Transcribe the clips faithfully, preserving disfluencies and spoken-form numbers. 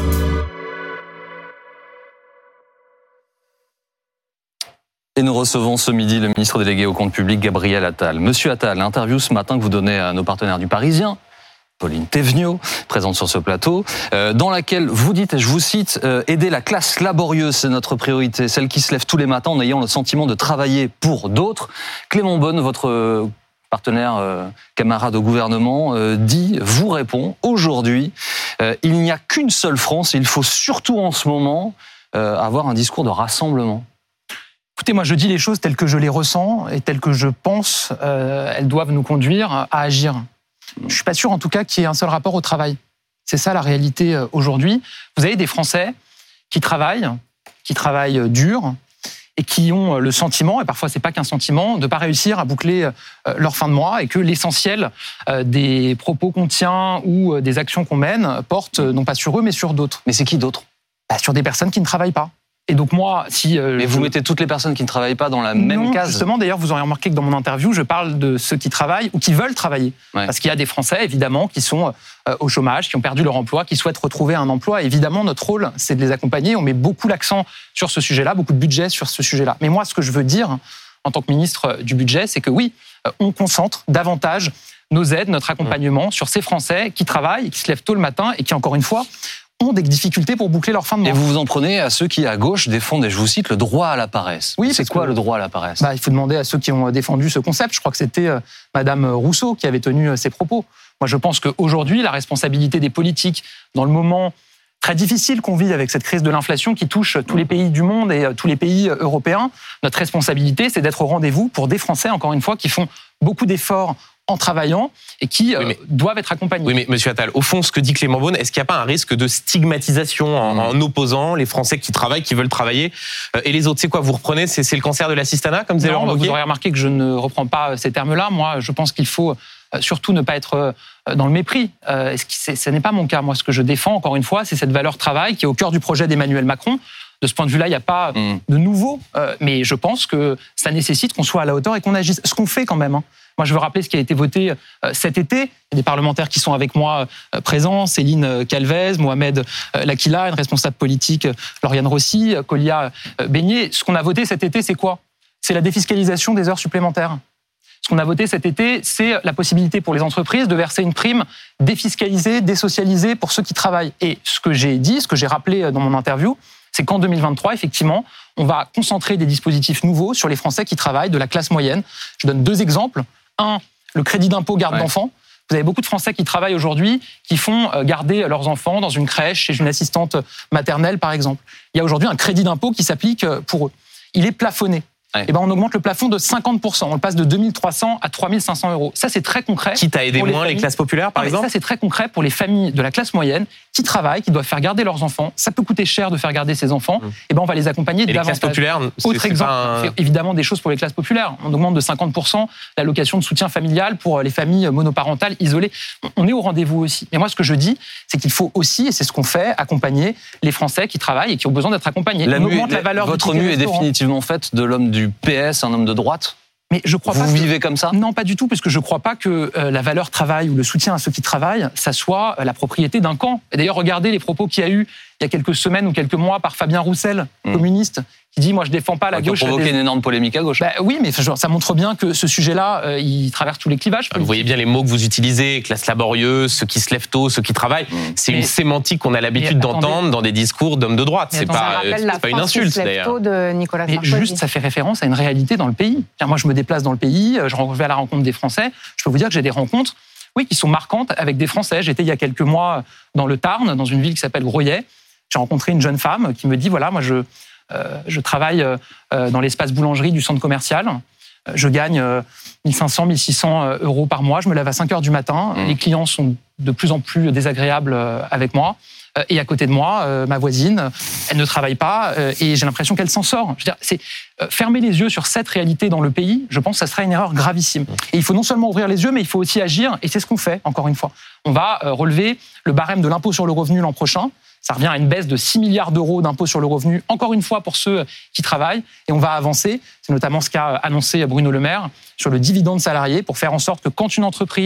Et nous recevons ce midi le ministre délégué au compte public, Gabriel Attal. Monsieur Attal, l'interview ce matin que vous donnez à nos partenaires du Parisien, Pauline Théveniot, présente sur ce plateau, euh, dans laquelle vous dites, et je vous cite, euh, « Aider la classe laborieuse, c'est notre priorité, celle qui se lève tous les matins en ayant le sentiment de travailler pour d'autres ». Clément Beaune, votre euh, partenaire, euh, camarade au gouvernement, euh, dit, vous répond, aujourd'hui, euh, il n'y a qu'une seule France, et il faut surtout en ce moment euh, avoir un discours de rassemblement. Écoutez, moi je dis les choses telles que je les ressens et telles que je pense, euh, elles doivent nous conduire à agir. Je ne suis pas sûr en tout cas qu'il y ait un seul rapport au travail. C'est ça la réalité aujourd'hui. Vous avez des Français qui travaillent, qui travaillent dur et qui ont le sentiment, et parfois c'est pas qu'un sentiment, de ne pas réussir à boucler leur fin de mois et que l'essentiel des propos qu'on tient ou des actions qu'on mène porte non pas sur eux mais sur d'autres. Mais c'est qui d'autres ? Bah, sur des personnes qui ne travaillent pas. Et donc moi, si... Euh, Mais vous je... mettez toutes les personnes qui ne travaillent pas dans la même non, case. Justement, d'ailleurs, vous aurez remarqué que dans mon interview, je parle de ceux qui travaillent ou qui veulent travailler. Ouais. Parce qu'il y a des Français, évidemment, qui sont euh, au chômage, qui ont perdu leur emploi, qui souhaitent retrouver un emploi. Évidemment, notre rôle, c'est de les accompagner. On met beaucoup l'accent sur ce sujet-là, beaucoup de budget sur ce sujet-là. Mais moi, ce que je veux dire, en tant que ministre du budget, c'est que oui, on concentre davantage nos aides, notre accompagnement mmh. sur ces Français qui travaillent, qui se lèvent tôt le matin et qui, encore une fois, ont des difficultés pour boucler leur fin de mois. Et vous vous en prenez à ceux qui, à gauche, défendent, et je vous cite, le droit à la paresse. Oui, c'est quoi le droit à la paresse ? Bah, il faut demander à ceux qui ont défendu ce concept. Je crois que c'était euh, Madame Rousseau qui avait tenu euh, ces propos. Moi, je pense qu'aujourd'hui, la responsabilité des politiques, dans le moment très difficile qu'on vit avec cette crise de l'inflation qui touche tous les pays du monde et euh, tous les pays européens, notre responsabilité, c'est d'être au rendez-vous pour des Français, encore une fois, qui font beaucoup d'efforts en travaillant et qui oui, mais, euh, doivent être accompagnés. Oui, mais Monsieur Attal, au fond, ce que dit Clément Beaune, est-ce qu'il n'y a pas un risque de stigmatisation en, mmh. en opposant les Français qui travaillent, qui veulent travailler, euh, et les autres, c'est quoi ? Vous reprenez, c'est, c'est le cancer de l'assistanat, comme vous avez remarqué ? Vous aurez remarqué que je ne reprends pas ces termes-là. Moi, je pense qu'il faut surtout ne pas être dans le mépris. Euh, ce n'est pas mon cas. Moi, ce que je défends, encore une fois, c'est cette valeur travail qui est au cœur du projet d'Emmanuel Macron. De ce point de vue-là, il n'y a pas mmh. de nouveau, euh, mais je pense que ça nécessite qu'on soit à la hauteur et qu'on agisse. Ce qu'on fait quand même. Hein. Moi, je veux rappeler ce qui a été voté euh, cet été. Il y a des parlementaires qui sont avec moi euh, présents, Céline Calvez, Mohamed euh, Lakila, une responsable politique, euh, Lauriane Rossi, euh, Kolia euh, Beignet. Ce qu'on a voté cet été, c'est quoi ? C'est la défiscalisation des heures supplémentaires. Ce qu'on a voté cet été, c'est la possibilité pour les entreprises de verser une prime défiscalisée, désocialisée pour ceux qui travaillent. Et ce que j'ai dit, ce que j'ai rappelé dans mon interview, c'est qu'en deux mille vingt-trois, effectivement, on va concentrer des dispositifs nouveaux sur les Français qui travaillent de la classe moyenne. Je donne deux exemples. Un, le crédit d'impôt garde ouais. d'enfants. Vous avez beaucoup de Français qui travaillent aujourd'hui, qui font garder leurs enfants dans une crèche, chez une assistante maternelle, par exemple. Il y a aujourd'hui un crédit d'impôt qui s'applique pour eux. Il est plafonné. Ouais. Et ben on augmente le plafond de cinquante pour cent. On le passe de deux mille trois cents à trois mille cinq cents euros. Ça, c'est très concret. Quitte à aider moins les, les classes populaires, par non, exemple. Ça, c'est très concret pour les familles de la classe moyenne qui travaillent, qui doivent faire garder leurs enfants. Ça peut coûter cher de faire garder ses enfants. Mmh. Et ben on va les accompagner et davantage. Les classes populaires, c'est, Autre c'est exemple, pas un... on fait évidemment des choses pour les classes populaires. On augmente de cinquante pour cent l'allocation de soutien familial pour les familles monoparentales isolées. On est au rendez-vous aussi. Mais moi, ce que je dis, c'est qu'il faut aussi, et c'est ce qu'on fait, accompagner les Français qui travaillent et qui ont besoin d'être accompagnés. La on mue, augmente la valeur votre mue est définitivement faite de l'homme du P S, un homme de droite. Mais je crois vous pas. Vous que... vivez comme ça ? Non, pas du tout, parce que je ne crois pas que euh, la valeur travail ou le soutien à ceux qui travaillent, ça soit euh, la propriété d'un camp. Et d'ailleurs, regardez les propos qu'il y a eu il y a quelques semaines ou quelques mois par Fabien Roussel, mmh. communiste, qui dit « moi je défends pas la ouais, gauche ». Qui a provoqué des... une énorme polémique à gauche. Bah, oui, mais ça montre bien que ce sujet-là, euh, il traverse tous les clivages. Vous voyez bien les mots que vous utilisez, classe laborieuse, ceux qui se lèvent tôt, ceux qui travaillent. Mmh. C'est mais, une sémantique qu'on a l'habitude mais, d'entendre attendez, dans des discours d'hommes de droite. C'est pas, euh, c'est pas une insulte d'ailleurs. De Nicolas mais Sarkozy. Juste, ça fait référence à une réalité dans le pays. Moi, je me déplace dans le pays, je vais à la rencontre des Français. Je peux vous dire que j'ai des rencontres, oui, qui sont marquantes avec des Français. J'étais il y a quelques mois dans le Tarn, dans une ville qui s'appelle Groyet. J'ai rencontré une jeune femme qui me dit, voilà, moi je, euh, je travaille euh, dans l'espace boulangerie du centre commercial. Euh, je gagne euh, mille cinq cents, mille six cents euros par mois. Je me lève à cinq heures du matin. Mmh. Les clients sont de plus en plus désagréables euh, avec moi. Euh, et à côté de moi, euh, ma voisine, elle ne travaille pas euh, et j'ai l'impression qu'elle s'en sort. Je veux dire, c'est euh, fermer les yeux sur cette réalité dans le pays. Je pense que ça sera une erreur gravissime. Et il faut non seulement ouvrir les yeux, mais il faut aussi agir. Et c'est ce qu'on fait, encore une fois. On va euh, relever le barème de l'impôt sur le revenu l'an prochain. Ça revient à une baisse de six milliards d'euros d'impôt sur le revenu, encore une fois pour ceux qui travaillent. Et on va avancer, c'est notamment ce qu'a annoncé Bruno Le Maire, sur le dividende salarié, pour faire en sorte que quand une entreprise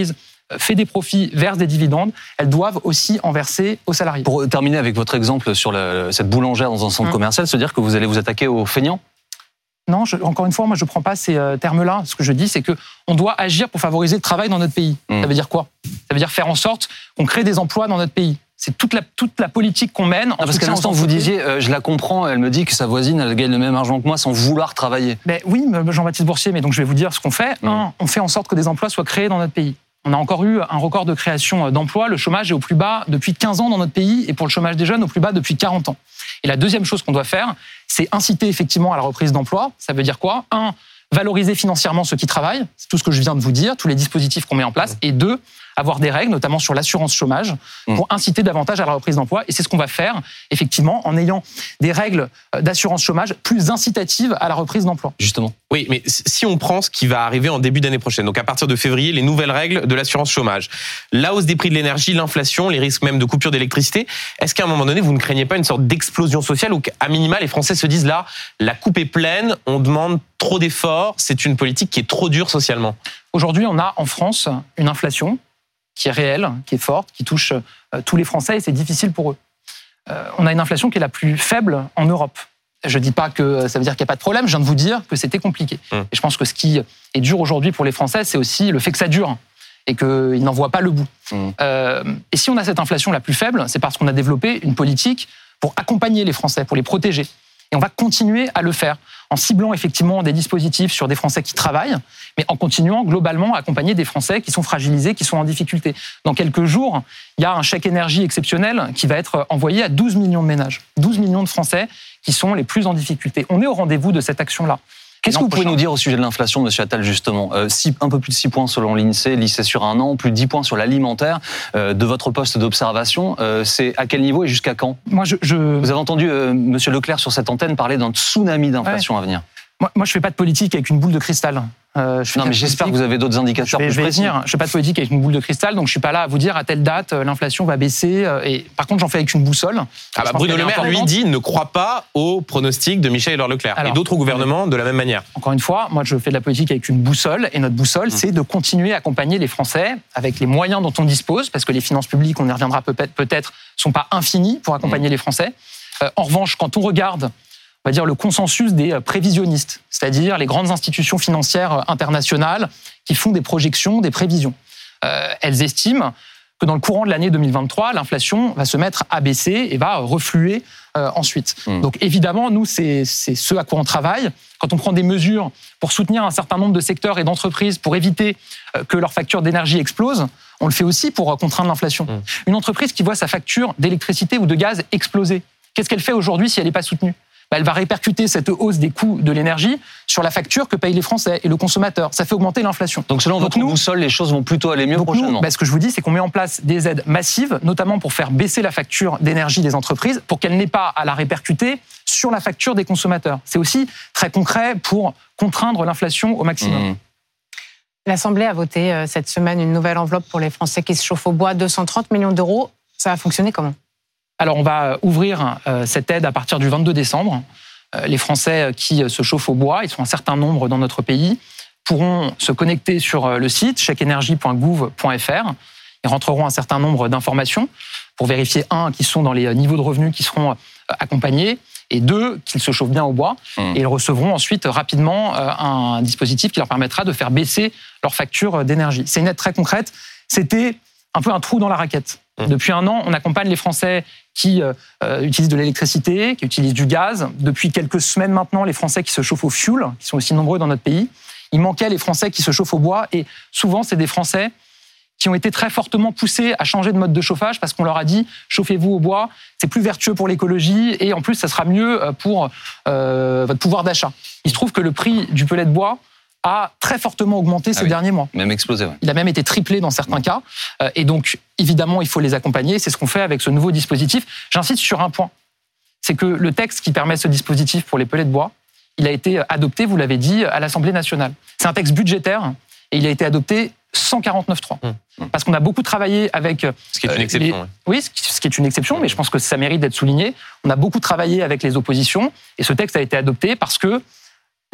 fait des profits, verse des dividendes, elles doivent aussi en verser aux salariés. Pour terminer avec votre exemple sur la, cette boulangère dans un centre mmh. commercial, se dire que vous allez vous attaquer aux feignants ? Non, je, encore une fois, moi je ne prends pas ces euh, termes-là. Ce que je dis, c'est qu'on doit agir pour favoriser le travail dans notre pays. Mmh. Ça veut dire quoi ? Ça veut dire faire en sorte qu'on crée des emplois dans notre pays. C'est toute la, toute la politique qu'on mène. En ah, parce qu'à l'instant, vous disiez, euh, je la comprends, elle me dit que sa voisine, elle gagne le même argent que moi sans vouloir travailler. Ben, oui, Jean-Baptiste Boursier, mais donc je vais vous dire ce qu'on fait. Mmh. Un, on fait en sorte que des emplois soient créés dans notre pays. On a encore eu un record de création d'emplois. Le chômage est au plus bas depuis quinze ans dans notre pays et pour le chômage des jeunes, au plus bas depuis quarante ans. Et la deuxième chose qu'on doit faire, c'est inciter effectivement à la reprise d'emploi. Ça veut dire quoi ? Un, valoriser financièrement ceux qui travaillent. C'est tout ce que je viens de vous dire, tous les dispositifs qu'on met en place. Et deux, avoir des règles, notamment sur l'assurance chômage, pour inciter davantage à la reprise d'emploi. Et c'est ce qu'on va faire, effectivement, en ayant des règles d'assurance chômage plus incitatives à la reprise d'emploi. Justement. Oui, mais si on prend ce qui va arriver en début d'année prochaine, donc à partir de février, les nouvelles règles de l'assurance chômage, la hausse des prix de l'énergie, l'inflation, les risques même de coupure d'électricité, est-ce qu'à un moment donné, vous ne craignez pas une sorte d'explosion sociale où, à minima, les Français se disent là, la coupe est pleine, on demande trop d'efforts, c'est une politique qui est trop dure socialement ? Aujourd'hui, on a en France une inflation qui est réelle, qui est forte, qui touche euh, tous les Français et c'est difficile pour eux. Euh, on a une inflation qui est la plus faible en Europe. Je ne dis pas que ça veut dire qu'il n'y a pas de problème, je viens de vous dire que c'était compliqué. Mmh. Et je pense que ce qui est dur aujourd'hui pour les Français, c'est aussi le fait que ça dure et qu'ils n'en voient pas le bout. Mmh. Euh, et si on a cette inflation la plus faible, c'est parce qu'on a développé une politique pour accompagner les Français, pour les protéger. Et on va continuer à le faire en ciblant effectivement des dispositifs sur des Français qui travaillent, mais en continuant globalement à accompagner des Français qui sont fragilisés, qui sont en difficulté. Dans quelques jours, il y a un chèque énergie exceptionnel qui va être envoyé à douze millions de ménages, douze millions de Français qui sont les plus en difficulté. On est au rendez-vous de cette action-là. Qu'est-ce que vous pouvez nous dire au sujet de l'inflation, monsieur Attal, justement ? euh, six, Un peu plus de six points selon l'INSEE, l'I C sur un an, plus de dix points sur l'alimentaire. Euh, de votre poste d'observation, euh, c'est à quel niveau et jusqu'à quand ? Moi, je, je... Vous avez entendu euh, monsieur Leclerc sur cette antenne parler d'un tsunami d'inflation ouais. à venir. Moi, moi, je ne fais pas de politique avec une boule de cristal. Euh, je non, mais j'espère que vous avez d'autres indicateurs je vais, plus je vais précis. venir. Je ne fais pas de politique avec une boule de cristal, donc je ne suis pas là à vous dire à telle date l'inflation va baisser. Et par contre, j'en fais avec une boussole. Ah bah Bruno Le Maire, lui, dit ne croit pas aux pronostics de Michel Edouard Leclerc. Alors, et d'autres gouvernements de la même manière. Encore une fois, moi, je fais de la politique avec une boussole. Et notre boussole, mmh. c'est de continuer à accompagner les Français avec les moyens dont on dispose, parce que les finances publiques, on y reviendra peut-être, peut-être sont pas infinies pour accompagner mmh. les Français. Euh, en revanche, quand on regarde on va dire le consensus des prévisionnistes, c'est-à-dire les grandes institutions financières internationales qui font des projections, des prévisions. Euh, elles estiment que dans le courant de l'année deux mille vingt-trois, l'inflation va se mettre à baisser et va refluer euh, ensuite. Mmh. Donc évidemment, nous, c'est, c'est ce à quoi on travaille. Quand on prend des mesures pour soutenir un certain nombre de secteurs et d'entreprises, pour éviter euh, que leur facture d'énergie explose, on le fait aussi pour euh, contraindre l'inflation. Mmh. Une entreprise qui voit sa facture d'électricité ou de gaz exploser, qu'est-ce qu'elle fait aujourd'hui si elle n'est pas soutenue ? Elle va répercuter cette hausse des coûts de l'énergie sur la facture que payent les Français et le consommateur. Ça fait augmenter l'inflation. Donc selon votre boussole, les choses vont plutôt aller mieux prochainement. Nous, bah, ce que je vous dis, c'est qu'on met en place des aides massives, notamment pour faire baisser la facture d'énergie des entreprises, pour qu'elle n'ait pas à la répercuter sur la facture des consommateurs. C'est aussi très concret pour contraindre l'inflation au maximum. Mmh. L'Assemblée a voté cette semaine une nouvelle enveloppe pour les Français qui se chauffent au bois, deux cent trente millions d'euros. Ça va fonctionner comment ? Alors, on va ouvrir cette aide à partir du vingt-deux décembre. Les Français qui se chauffent au bois, ils sont un certain nombre dans notre pays, pourront se connecter sur le site chèque énergie point gouv point f r. Ils rentreront un certain nombre d'informations pour vérifier, un, qu'ils sont dans les niveaux de revenus qui seront accompagnés, et deux, qu'ils se chauffent bien au bois. Mmh. Et ils recevront ensuite rapidement un dispositif qui leur permettra de faire baisser leur facture d'énergie. C'est une aide très concrète. C'était un peu un trou dans la raquette. Depuis un an, on accompagne les Français qui euh, utilisent de l'électricité, qui utilisent du gaz. Depuis quelques semaines maintenant, les Français qui se chauffent au fioul, qui sont aussi nombreux dans notre pays. Il manquait les Français qui se chauffent au bois. Et souvent, c'est des Français qui ont été très fortement poussés à changer de mode de chauffage parce qu'on leur a dit « chauffez-vous au bois, c'est plus vertueux pour l'écologie et en plus, ça sera mieux pour euh, votre pouvoir d'achat ». Il se trouve que le prix du pellet de bois a très fortement augmenté ces ah oui, derniers mois. Même explosé, ouais. Il a même été triplé dans certains ouais. cas. Et donc, évidemment, il faut les accompagner. C'est ce qu'on fait avec ce nouveau dispositif. J'insiste sur un point. C'est que le texte qui permet ce dispositif pour les pellets de bois, il a été adopté, vous l'avez dit, à l'Assemblée nationale. C'est un texte budgétaire et il a été adopté cent quarante-neuf trois. Mmh. Parce qu'on a beaucoup travaillé avec... Ce qui est une exception. Les... Ouais. Oui, ce qui est une exception, mais je pense que ça mérite d'être souligné. On a beaucoup travaillé avec les oppositions et ce texte a été adopté parce que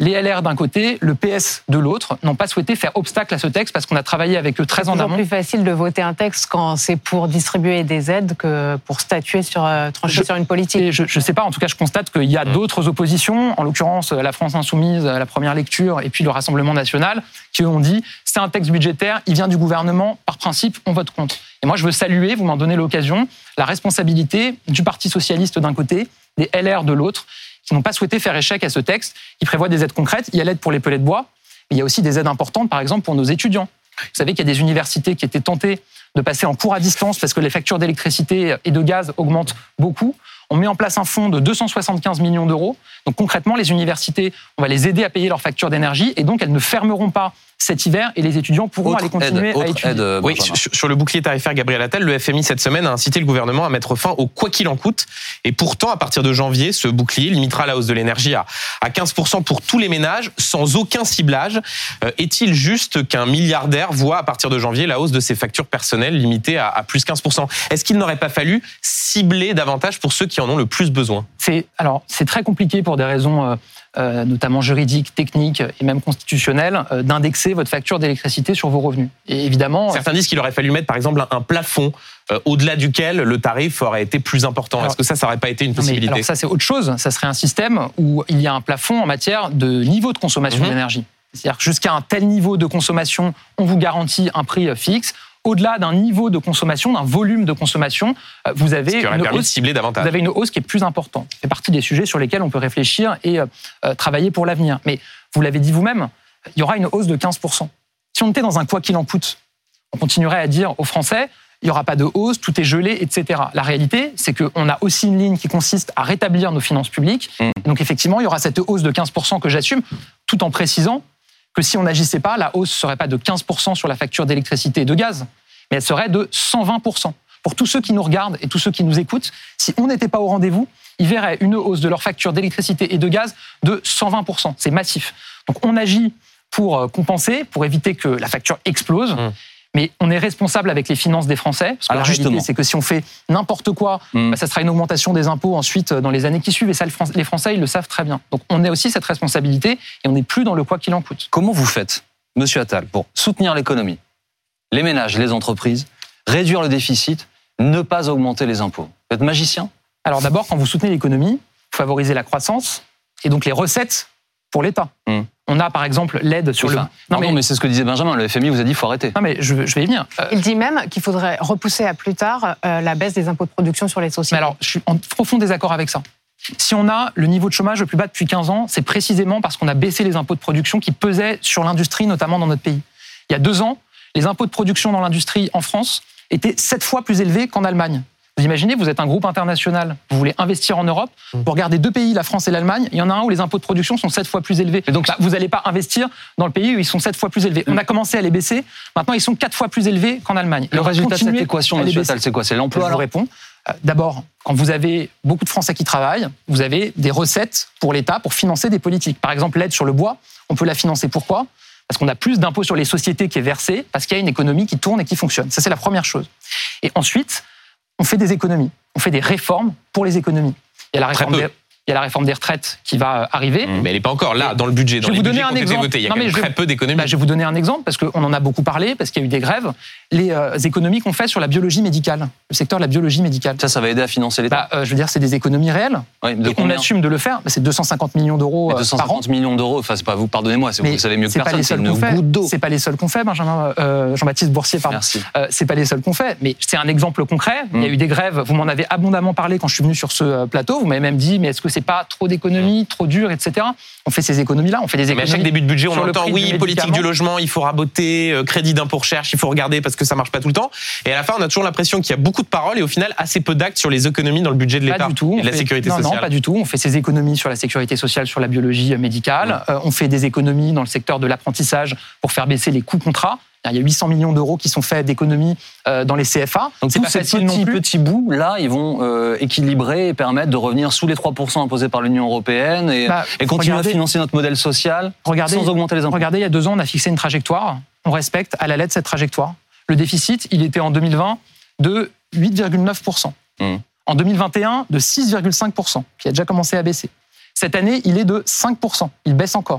Les L R d'un côté, le P S de l'autre, n'ont pas souhaité faire obstacle à ce texte parce qu'on a travaillé avec eux très en amont. C'est plus facile de voter un texte quand c'est pour distribuer des aides que pour statuer sur, euh, trancher je, sur une politique. Je ne sais pas, en tout cas, je constate qu'il y a mmh. d'autres oppositions, en l'occurrence la France Insoumise, la première lecture, et puis le Rassemblement National, qui ont dit c'est un texte budgétaire, il vient du gouvernement, par principe, on vote contre. Et moi, je veux saluer, vous m'en donnez l'occasion, la responsabilité du Parti Socialiste d'un côté, des L R de l'autre, qui n'ont pas souhaité faire échec à ce texte, qui prévoit des aides concrètes. Il y a l'aide pour les pellets de bois, mais il y a aussi des aides importantes, par exemple, pour nos étudiants. Vous savez qu'il y a des universités qui étaient tentées de passer en cours à distance parce que les factures d'électricité et de gaz augmentent beaucoup. On met en place un fonds de deux cent soixante-quinze millions d'euros. Donc concrètement, les universités, on va les aider à payer leurs factures d'énergie et donc elles ne fermeront pas cet hiver et les étudiants pourront autre aller continuer aide, à étudier. Aide, oui, sur, sur le bouclier tarifaire, Gabriel Attal, le F M I cette semaine a incité le gouvernement à mettre fin au quoi qu'il en coûte. Et pourtant, à partir de janvier, ce bouclier limitera la hausse de l'énergie à, à quinze pour cent pour tous les ménages, sans aucun ciblage. Euh, est-il juste qu'un milliardaire voit à partir de janvier la hausse de ses factures personnelles limitée à, à plus quinze pour cent? Est-ce qu'il n'aurait pas fallu cibler davantage pour ceux qui en ont le plus besoin? C'est, alors, c'est très compliqué pour des raisons... Euh, Euh, notamment juridiques, techniques et même constitutionnelles, euh, d'indexer votre facture d'électricité sur vos revenus. Et évidemment, certains disent qu'il aurait fallu mettre par exemple un, un plafond euh, au-delà duquel le tarif aurait été plus important. Alors, est-ce que ça, ça n'aurait pas été une possibilité? Alors ça, c'est autre chose. Ça serait un système où il y a un plafond en matière de niveau de consommation mmh. d'énergie. C'est-à-dire que jusqu'à un tel niveau de consommation, on vous garantit un prix fixe. Au-delà d'un niveau de consommation, d'un volume de consommation, vous avez, une hausse, cibler davantage. vous avez une hausse qui est plus importante. Ça fait partie des sujets sur lesquels on peut réfléchir et euh, travailler pour l'avenir. Mais vous l'avez dit vous-même, il y aura une hausse de quinze pour cent. Si on était dans un quoi qu'il en coûte, on continuerait à dire aux Français, il n'y aura pas de hausse, tout est gelé, et cetera. La réalité, c'est qu'on a aussi une ligne qui consiste à rétablir nos finances publiques. Mmh. Donc effectivement, il y aura cette hausse de quinze pour cent que j'assume, tout en précisant que si on n'agissait pas, la hausse ne serait pas de quinze pour cent sur la facture d'électricité et de gaz, mais elle serait de cent vingt pour cent. Pour tous ceux qui nous regardent et tous ceux qui nous écoutent, si on n'était pas au rendez-vous, ils verraient une hausse de leur facture d'électricité et de gaz de cent vingt pour cent. C'est massif. Donc on agit pour compenser, pour éviter que la facture explose. Mmh. Mais on est responsable avec les finances des Français. Parce que Alors la réalité, justement, c'est que si on fait n'importe quoi, mmh. bah, ça sera une augmentation des impôts ensuite dans les années qui suivent. Et ça, les Français, ils le savent très bien. Donc on a aussi cette responsabilité et on n'est plus dans le quoi qu'il en coûte. Comment vous faites, Monsieur Attal, pour soutenir l'économie, les ménages, les entreprises, réduire le déficit, ne pas augmenter les impôts? Vous êtes magicien? Alors d'abord, quand vous soutenez l'économie, vous favorisez la croissance et donc les recettes pour l'État. Mmh. On a par exemple l'aide sur oui, le... Non, Pardon, mais... mais c'est ce que disait Benjamin, le F M I vous a dit qu'il faut arrêter. Non mais je, je vais y venir. Euh... Il dit même qu'il faudrait repousser à plus tard euh, la baisse des impôts de production sur les sociétés. Mais alors, je suis en profond désaccord avec ça. Si on a le niveau de chômage le plus bas depuis quinze ans, c'est précisément parce qu'on a baissé les impôts de production qui pesaient sur l'industrie, notamment dans notre pays. Il y a deux ans, les impôts de production dans l'industrie en France étaient sept fois plus élevés qu'en Allemagne. Vous imaginez, vous êtes un groupe international, vous voulez investir en Europe, vous regardez deux pays, la France et l'Allemagne, il y en a un où les impôts de production sont sept fois plus élevés. Et donc bah, vous n'allez pas investir dans le pays où ils sont sept fois plus élevés. On a commencé à les baisser, maintenant ils sont quatre fois plus élevés qu'en Allemagne. Le résultat de cette équation, M. Attal, c'est quoi? C'est l'emploi? Je vous réponds. D'abord, quand vous avez beaucoup de Français qui travaillent, vous avez des recettes pour l'État pour financer des politiques. Par exemple, l'aide sur le bois, on peut la financer. Pourquoi? Parce qu'on a plus d'impôts sur les sociétés qui est versé, parce qu'il y a une économie qui tourne et qui fonctionne. Ça, c'est la première chose. Et ensuite, on fait des économies. On fait des réformes pour les économies. Il y a la réforme, des, il y a la réforme des retraites qui va arriver. Mmh, mais elle n'est pas encore là, dans le budget. Dans je vais les vous donner budgets un qui ont été exemple. votés, il y a non, quand même je très vais, peu d'économies. Bah, je vais vous donner un exemple, parce qu'on en a beaucoup parlé, parce qu'il y a eu des grèves. Les euh, économies qu'on fait sur la biologie médicale, le secteur de la biologie médicale. Ça, ça va aider à financer l'État. Bah, euh, je veux dire, c'est des économies réelles. Oui, de et on assume de le faire. Bah, c'est deux cent cinquante millions d'euros deux cent cinquante par an. millions d'euros, enfin, c'est pas vous, pardonnez-moi, c'est vous, vous savez mieux que personne, c'est une goutte d'eau. C'est pas les seuls qu'on fait, Benjamin, euh, Jean-Baptiste Boursier, pardon. Merci. Euh, c'est pas les seuls qu'on fait, mais c'est un exemple concret. Mm. Il y a eu des grèves, vous m'en avez abondamment parlé quand je suis venu sur ce plateau. Vous m'avez même dit, mais est-ce que c'est pas trop d'économies, mm. trop dur, et cetera. On fait ces économies-là, on fait des économies. Mais à chaque début de budget, on entend oui, politique du logement, il faut raboter, euh, crédit d'impôt recherche, il faut regarder parce que ça marche pas tout le temps. Et à la fin, on a toujours l'impression qu'il y a beaucoup de paroles et au final assez peu d'actes sur les économies dans le budget de l'État et de la fait... sécurité non, sociale. Non, pas du tout. On fait ces économies sur la sécurité sociale, sur la biologie médicale. Mmh. Euh, on fait des économies dans le secteur de l'apprentissage pour faire baisser les coûts contrats. Il y a huit cents millions d'euros qui sont faits d'économies euh, dans les C F A. Donc tous ces petits, petits bouts, là, ils vont euh, équilibrer et permettre de revenir sous les trois pour cent imposés par l'Union européenne et, bah, et continuer regardez, à financer notre modèle social regardez, sans augmenter les impôts. Regardez, il y a deux ans, on a fixé une trajectoire. On respecte à la lettre cette trajectoire. Le déficit, il était en deux mille vingt de huit virgule neuf pour cent. Mmh. En deux mille vingt et un, de six virgule cinq pour cent, qui a déjà commencé à baisser. Cette année, il est de cinq pour cent. Il baisse encore.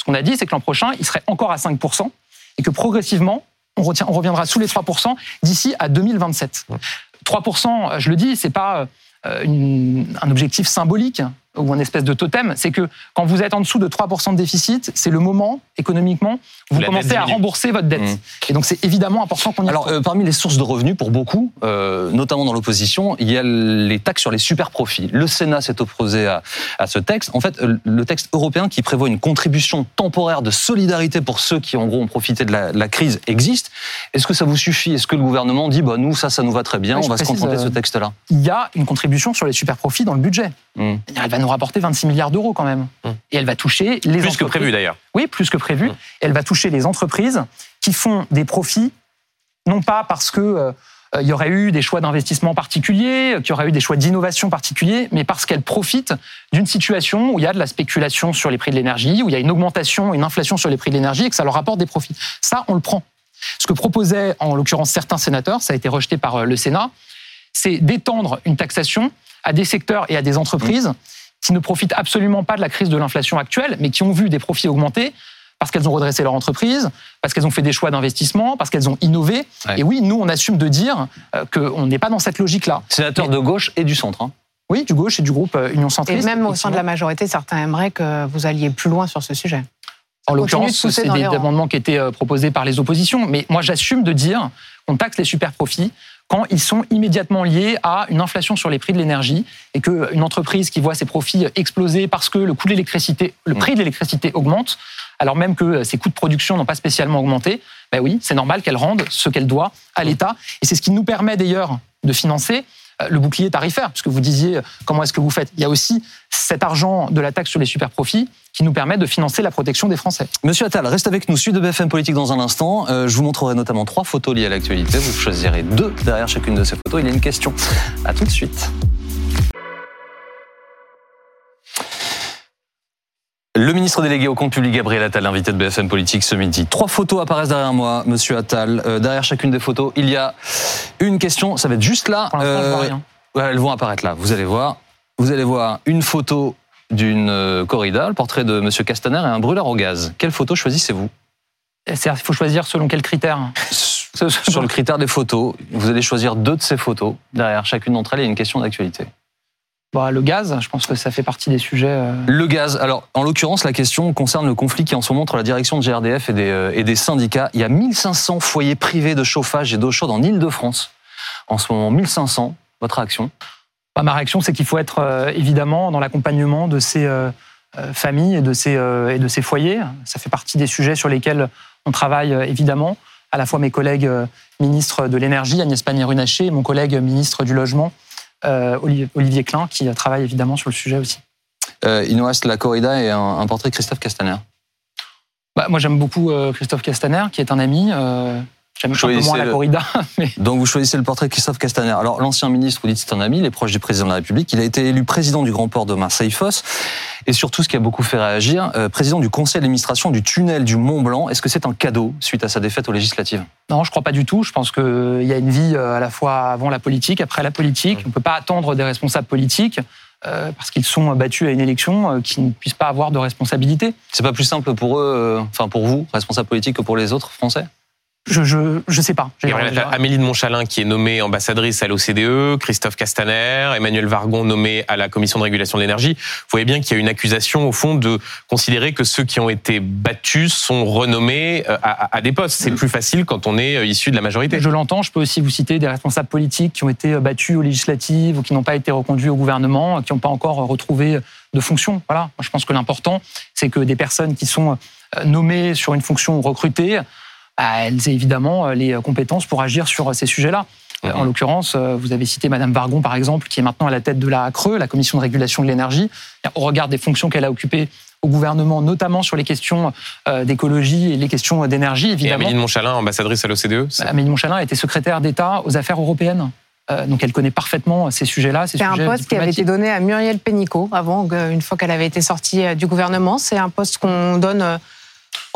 qu'on a dit, c'est que l'an prochain, il serait encore à cinq pour cent et que progressivement, on, retient, on reviendra sous les trois pour cent d'ici à deux mille vingt-sept. trois pour cent, je le dis, c'est pas une, un objectif symbolique ou un espèce de totem, c'est que quand vous êtes en dessous de trois pour cent de déficit, c'est le moment, économiquement, où vous La commencez à rembourser votre dette. Mmh. Et donc c'est évidemment important qu'on y Alors, euh, parmi les sources de revenus, pour beaucoup, euh, notamment dans l'opposition, il y a les taxes sur les super-profits. Le Sénat s'est opposé à, à ce texte. En fait, le texte européen qui prévoit une contribution temporaire de solidarité pour ceux qui, en gros, ont profité de la, de la crise existe. Est-ce que ça vous suffit? Est-ce que le gouvernement dit, bah, nous, ça, ça nous va très bien, oui, on va précise, se contenter de euh, ce texte-là? Il y a une contribution sur les super-profits dans le budget. Mmh. Elle va nous rapporter vingt-six milliards d'euros quand même. Mmh. Et elle va toucher les plus entreprises. que prévu d'ailleurs. Oui, plus que prévu. Mmh. Elle va toucher les entreprises qui font des profits, non pas parce que euh, il y aurait eu des choix d'investissement particuliers, qu'il y aurait eu des choix d'innovation particuliers, mais parce qu'elles profitent d'une situation où il y a de la spéculation sur les prix de l'énergie, où il y a une augmentation, une inflation sur les prix de l'énergie et que ça leur rapporte des profits. Ça, on le prend. Ce que proposaient, en l'occurrence, certains sénateurs, ça a été rejeté par le Sénat, c'est d'étendre une taxation à des secteurs et à des entreprises qui ne profitent absolument pas de la crise de l'inflation actuelle, mais qui ont vu des profits augmenter parce qu'elles ont redressé leur entreprise, parce qu'elles ont fait des choix d'investissement, parce qu'elles ont innové. Ouais. Et oui, nous, on assume de dire qu'on n'est pas dans cette logique-là. Sénateur de gauche et du centre. Hein. Oui, du gauche et du groupe Union Centriste. Et même au sein de la majorité, certains aimeraient que vous alliez plus loin sur ce sujet. En l'occurrence, c'est des amendements qui étaient proposés par les oppositions. Mais moi, j'assume de dire qu'on taxe les super-profits quand ils sont immédiatement liés à une inflation sur les prix de l'énergie et qu'une entreprise qui voit ses profits exploser parce que le coût de l'électricité, le prix de l'électricité augmente, alors même que ses coûts de production n'ont pas spécialement augmenté, ben oui, c'est normal qu'elle rende ce qu'elle doit à l'État. Et c'est ce qui nous permet d'ailleurs de financer le bouclier tarifaire, puisque vous disiez comment est-ce que vous faites. Il y a aussi cet argent de la taxe sur les super-profits qui nous permet de financer la protection des Français. Monsieur Attal, reste avec nous, suite de B F M Politique dans un instant. Euh, je vous montrerai notamment trois photos liées à l'actualité. Vous choisirez deux derrière chacune de ces photos. Il y a une question. À tout de suite. Le ministre délégué au compte public, Gabriel Attal, invité de B F M Politique ce midi. Trois photos apparaissent derrière moi, monsieur Attal. Euh, derrière chacune des photos, il y a une question. Ça va être juste là. Pour l'instant, euh, je vois rien. Ouais, elles vont apparaître là. Vous allez voir. Vous allez voir une photo d'une euh, corrida, le portrait de monsieur Castaner et un brûleur au gaz. Quelle photo choisissez-vous? Il faut choisir selon quels critères? Sur le critère des photos, vous allez choisir deux de ces photos. Derrière chacune d'entre elles, il y a une question d'actualité. Bon, le gaz, je pense que ça fait partie des sujets... Euh... Le gaz. Alors, en l'occurrence, la question concerne le conflit qui est en ce moment entre la direction de G R D F et des, euh, et des syndicats. Il y a mille cinq cents foyers privés de chauffage et d'eau chaude en Île-de-France. En ce moment, mille cinq cents. Votre réaction? bah, Ma réaction, c'est qu'il faut être euh, évidemment dans l'accompagnement de ces euh, familles et de ces, euh, et de ces foyers. Ça fait partie des sujets sur lesquels on travaille euh, évidemment. À la fois mes collègues euh, ministres de l'Énergie, Agnès Pannier-Runacher, et mon collègue ministre du Logement, Euh, Olivier Klein, qui travaille évidemment sur le sujet aussi. Euh, il nous reste la corrida et un, un portrait de Christophe Castaner. Bah, moi, j'aime beaucoup euh, Christophe Castaner, qui est un ami. Euh, j'aime un peu moins la le... corrida. Mais... Donc, vous choisissez le portrait de Christophe Castaner. Alors, l'ancien ministre, vous dites c'est un ami, il est proche du président de la République. Il a été élu président du Grand Port de Marseille-Fos. Et surtout, ce qui a beaucoup fait réagir, euh, président du conseil d'administration du tunnel du Mont-Blanc. Est-ce que c'est un cadeau suite à sa défaite aux législatives? Non, je ne crois pas du tout. Je pense qu'il y a une vie à la fois avant la politique, après la politique. On ne peut pas attendre des responsables politiques, euh, parce qu'ils sont battus à une élection, euh, qui ne puissent pas avoir de responsabilité. C'est pas plus simple pour eux, euh, enfin pour vous, responsables politiques, que pour les autres Français? Je je je sais pas. Amélie de Montchalin qui est nommée ambassadrice à l'O C D E, Christophe Castaner, Emmanuel Vargon nommé à la Commission de régulation de l'énergie. Vous voyez bien qu'il y a une accusation au fond de considérer que ceux qui ont été battus sont renommés à, à des postes. C'est plus facile quand on est issu de la majorité. Je l'entends. Je peux aussi vous citer des responsables politiques qui ont été battus aux législatives ou qui n'ont pas été reconduits au gouvernement, qui n'ont pas encore retrouvé de fonction. Voilà. Moi, je pense que l'important, c'est que des personnes qui sont nommées sur une fonction ou recrutées, elles aient évidemment les compétences pour agir sur ces sujets-là. Mmh. En l'occurrence, vous avez cité Madame Vargon, par exemple, qui est maintenant à la tête de la CRE, la Commission de régulation de l'énergie. Au regard des fonctions qu'elle a occupées au gouvernement, notamment sur les questions d'écologie et les questions d'énergie, évidemment. Et Amélie de Montchalin, ambassadrice à l'O C D E. Amélie de Montchalin a été secrétaire d'État aux affaires européennes. Donc elle connaît parfaitement ces sujets-là. Ces c'est sujets un poste qui avait été donné à Muriel Pénicaud avant, une fois qu'elle avait été sortie du gouvernement. C'est un poste qu'on donne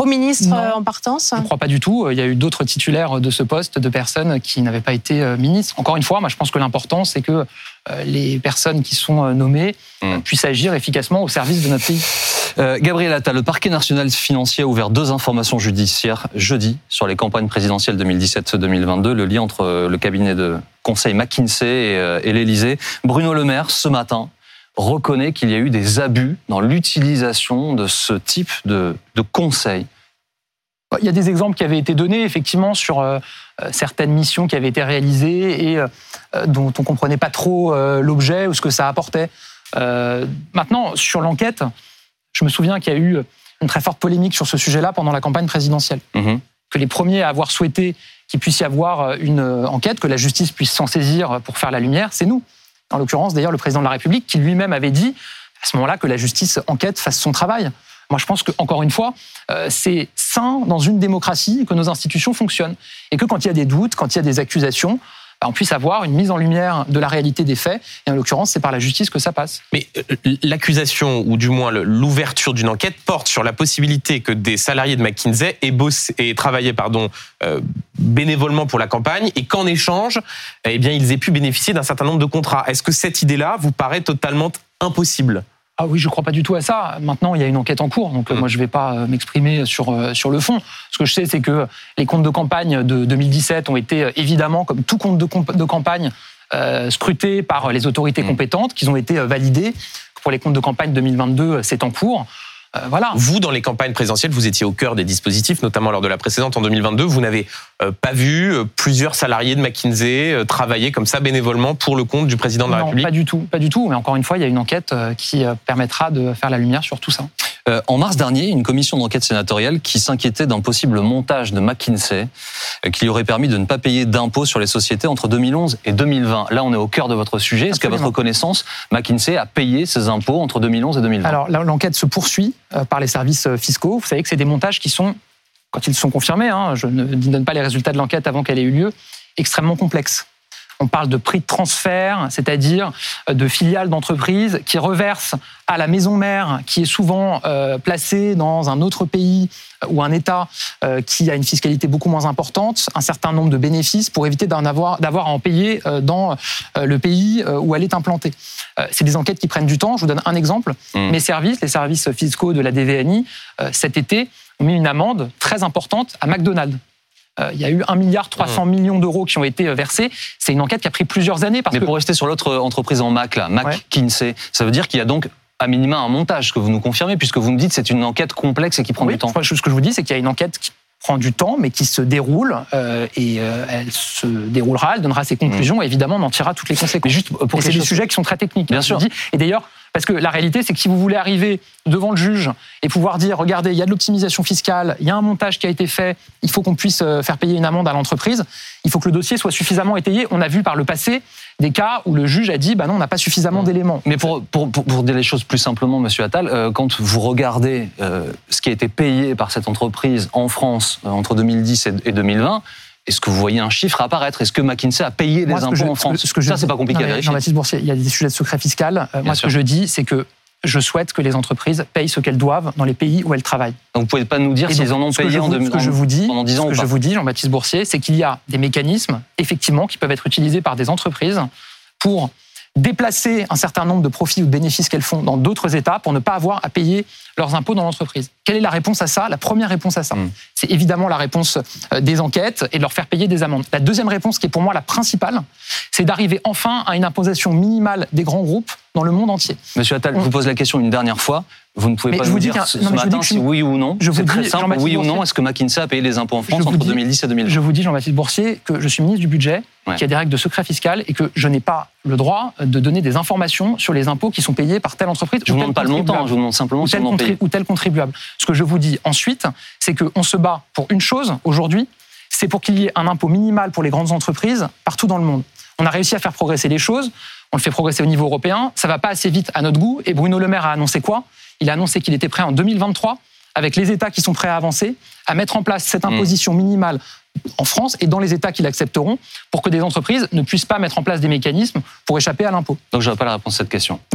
pro-ministre Non. euh, en partance. Je ne crois pas du tout. Il y a eu d'autres titulaires de ce poste, de personnes qui n'avaient pas été euh, ministres. Encore une fois, moi, je pense que l'important, c'est que euh, les personnes qui sont euh, nommées euh, Mmh. puissent agir efficacement au service de notre pays. Euh, Gabriel Attal, le parquet national financier a ouvert deux informations judiciaires jeudi sur les campagnes présidentielles deux mille dix-sept deux mille vingt-deux, le lien entre le cabinet de conseil McKinsey et, euh, et l'Élysée. Bruno Le Maire, ce matin, reconnaît qu'il y a eu des abus dans l'utilisation de ce type de, de conseil. Il y a des exemples qui avaient été donnés, effectivement, sur euh, certaines missions qui avaient été réalisées et euh, dont on ne comprenait pas trop euh, l'objet ou ce que ça apportait. Euh, maintenant, sur l'enquête, je me souviens qu'il y a eu une très forte polémique sur ce sujet-là pendant la campagne présidentielle. Mmh. Que les premiers à avoir souhaité qu'il puisse y avoir une enquête, que la justice puisse s'en saisir pour faire la lumière, c'est nous. En l'occurrence, d'ailleurs, le président de la République, qui lui-même avait dit, à ce moment-là, que la justice enquête, fasse son travail. Moi, je pense qu'encore une fois, euh, c'est sain dans une démocratie que nos institutions fonctionnent. Et que quand il y a des doutes, quand il y a des accusations, bah, on puisse avoir une mise en lumière de la réalité des faits. Et en l'occurrence, c'est par la justice que ça passe. Mais l'accusation, ou du moins l'ouverture d'une enquête, porte sur la possibilité que des salariés de McKinsey aient, bossé, aient travaillé pardon, euh, bénévolement pour la campagne et qu'en échange, eh bien, ils aient pu bénéficier d'un certain nombre de contrats. Est-ce que cette idée-là vous paraît totalement impossible ? Ah oui, je ne crois pas du tout à ça. Maintenant, il y a une enquête en cours, donc mmh. moi, je ne vais pas m'exprimer sur, sur le fond. Ce que je sais, c'est que les comptes de campagne de deux mille dix-sept ont été évidemment, comme tout compte de, comp- de campagne, euh, scrutés par les autorités mmh. compétentes, qu'ils ont été validés. Pour les comptes de campagne deux mille vingt-deux, c'est en cours. Euh, voilà. Vous, dans les campagnes présidentielles, vous étiez au cœur des dispositifs, notamment lors de la précédente en deux mille vingt-deux. Vous n'avez euh, pas vu euh, plusieurs salariés de McKinsey euh, travailler comme ça bénévolement pour le compte du président de la non, République ? Pas du tout, pas du tout. Mais encore une fois, il y a une enquête euh, qui euh, permettra de faire la lumière sur tout ça. Euh, en mars dernier, une commission d'enquête sénatoriale qui s'inquiétait d'un possible montage de McKinsey euh, qui lui aurait permis de ne pas payer d'impôts sur les sociétés entre deux mille onze et deux mille vingt. Là, on est au cœur de votre sujet. Est-ce qu'à votre connaissance, McKinsey a payé ses impôts entre deux mille onze et deux mille vingt ? Alors, l'enquête se poursuit euh, par les services fiscaux. Vous savez que c'est des montages qui sont, quand ils sont confirmés, hein, je ne donne pas les résultats de l'enquête avant qu'elle ait eu lieu, extrêmement complexes. On parle de prix de transfert, c'est-à-dire de filiales d'entreprises qui reversent à la maison mère, qui est souvent euh, placée dans un autre pays ou un État euh, qui a une fiscalité beaucoup moins importante, un certain nombre de bénéfices pour éviter d'en avoir, d'avoir à en payer euh, dans euh, le pays euh, où elle est implantée. Euh, c'est des enquêtes qui prennent du temps. Je vous donne un exemple. Mmh. Mes services, les services fiscaux de la D V N I, euh, cet été, ont mis une amende très importante à McDonald's. Euh, il y a eu un milliard trois cents millions d'euros qui ont été versés. C'est une enquête qui a pris plusieurs années. Parce Mais que... pour rester sur l'autre entreprise en Mac, là, McKinsey, ouais. Ça veut dire qu'il y a donc à minima un montage, ce que vous nous confirmez, puisque vous me dites que c'est une enquête complexe et qui prend oui, du temps. Ce que je vous dis, c'est qu'il y a une enquête qui prend du temps, mais qui se déroule, euh, et euh, elle se déroulera, elle donnera ses conclusions, mmh. et évidemment, on en tirera toutes les conséquences. Mais juste pour et c'est des choses... sujets qui sont très techniques. Bien sûr. Dis. Et d'ailleurs, parce que la réalité, c'est que si vous voulez arriver devant le juge et pouvoir dire, regardez, il y a de l'optimisation fiscale, il y a un montage qui a été fait, il faut qu'on puisse faire payer une amende à l'entreprise, il faut que le dossier soit suffisamment étayé. On a vu par le passé des cas où le juge a dit, bah non, on n'a pas suffisamment d'éléments. Mais pour, pour, pour, pour dire les choses plus simplement, Monsieur Attal, euh, quand vous regardez euh, ce qui a été payé par cette entreprise en France euh, entre deux mille dix et deux mille vingt, est-ce que vous voyez un chiffre apparaître ? Est-ce que McKinsey a payé moi, des impôts je, en France ? ce que, ce que Ça, je, c'est pas compliqué non, à vérifier. Jean-Baptiste Boursier, il y a des sujets de secret fiscal. Euh, moi, sûr. Ce que je dis, c'est que je souhaite que les entreprises payent ce qu'elles doivent dans les pays où elles travaillent. Donc, vous pouvez pas nous dire et s'ils donc, en ont payé en deux mille Ce que je vous dis, pendant dix ans ce que ou pas. je vous dis, Jean-Baptiste Boursier, c'est qu'il y a des mécanismes, effectivement, qui peuvent être utilisés par des entreprises pour déplacer un certain nombre de profits ou de bénéfices qu'elles font dans d'autres États pour ne pas avoir à payer leurs impôts dans l'entreprise. Quelle est la réponse à ça ? La première réponse à ça, mmh. c'est évidemment la réponse des enquêtes et de leur faire payer des amendes. La deuxième réponse, qui est pour moi la principale, c'est d'arriver enfin à une imposition minimale des grands groupes dans le monde entier. Monsieur Attal, je vous pose la question une dernière fois. Vous ne pouvez mais pas je nous vous dire dis ce, non, ce matin si oui ou non. Je c'est vous très dis, simple, oui ou non, est-ce que McKinsey a payé les impôts en France entre dis, deux mille dix et deux mille vingt ? Je vous dis, Jean-Baptiste Boursier, que je suis ministre du Budget, ouais. qu'il y a des règles de secret fiscal et que je n'ai pas le droit de donner des informations sur les impôts qui sont payés par telle entreprise. Je ne vous demande pas le montant, je vous demande simplement si on en paye. Ou tel contribuable. Ce que je vous dis ensuite, c'est qu'on se bat pour une chose aujourd'hui, c'est pour qu'il y ait un impôt minimal pour les grandes entreprises partout dans le monde. On a réussi à faire progresser les choses, on le fait progresser au niveau européen, ça ne va pas assez vite à notre goût, et Bruno Le Maire a annoncé quoi ? Il a annoncé qu'il était prêt en deux mille vingt-trois, avec les États qui sont prêts à avancer, à mettre en place cette imposition minimale en France et dans les États qui l'accepteront, pour que des entreprises ne puissent pas mettre en place des mécanismes pour échapper à l'impôt. Donc je n'aurai pas la réponse à cette question. Non.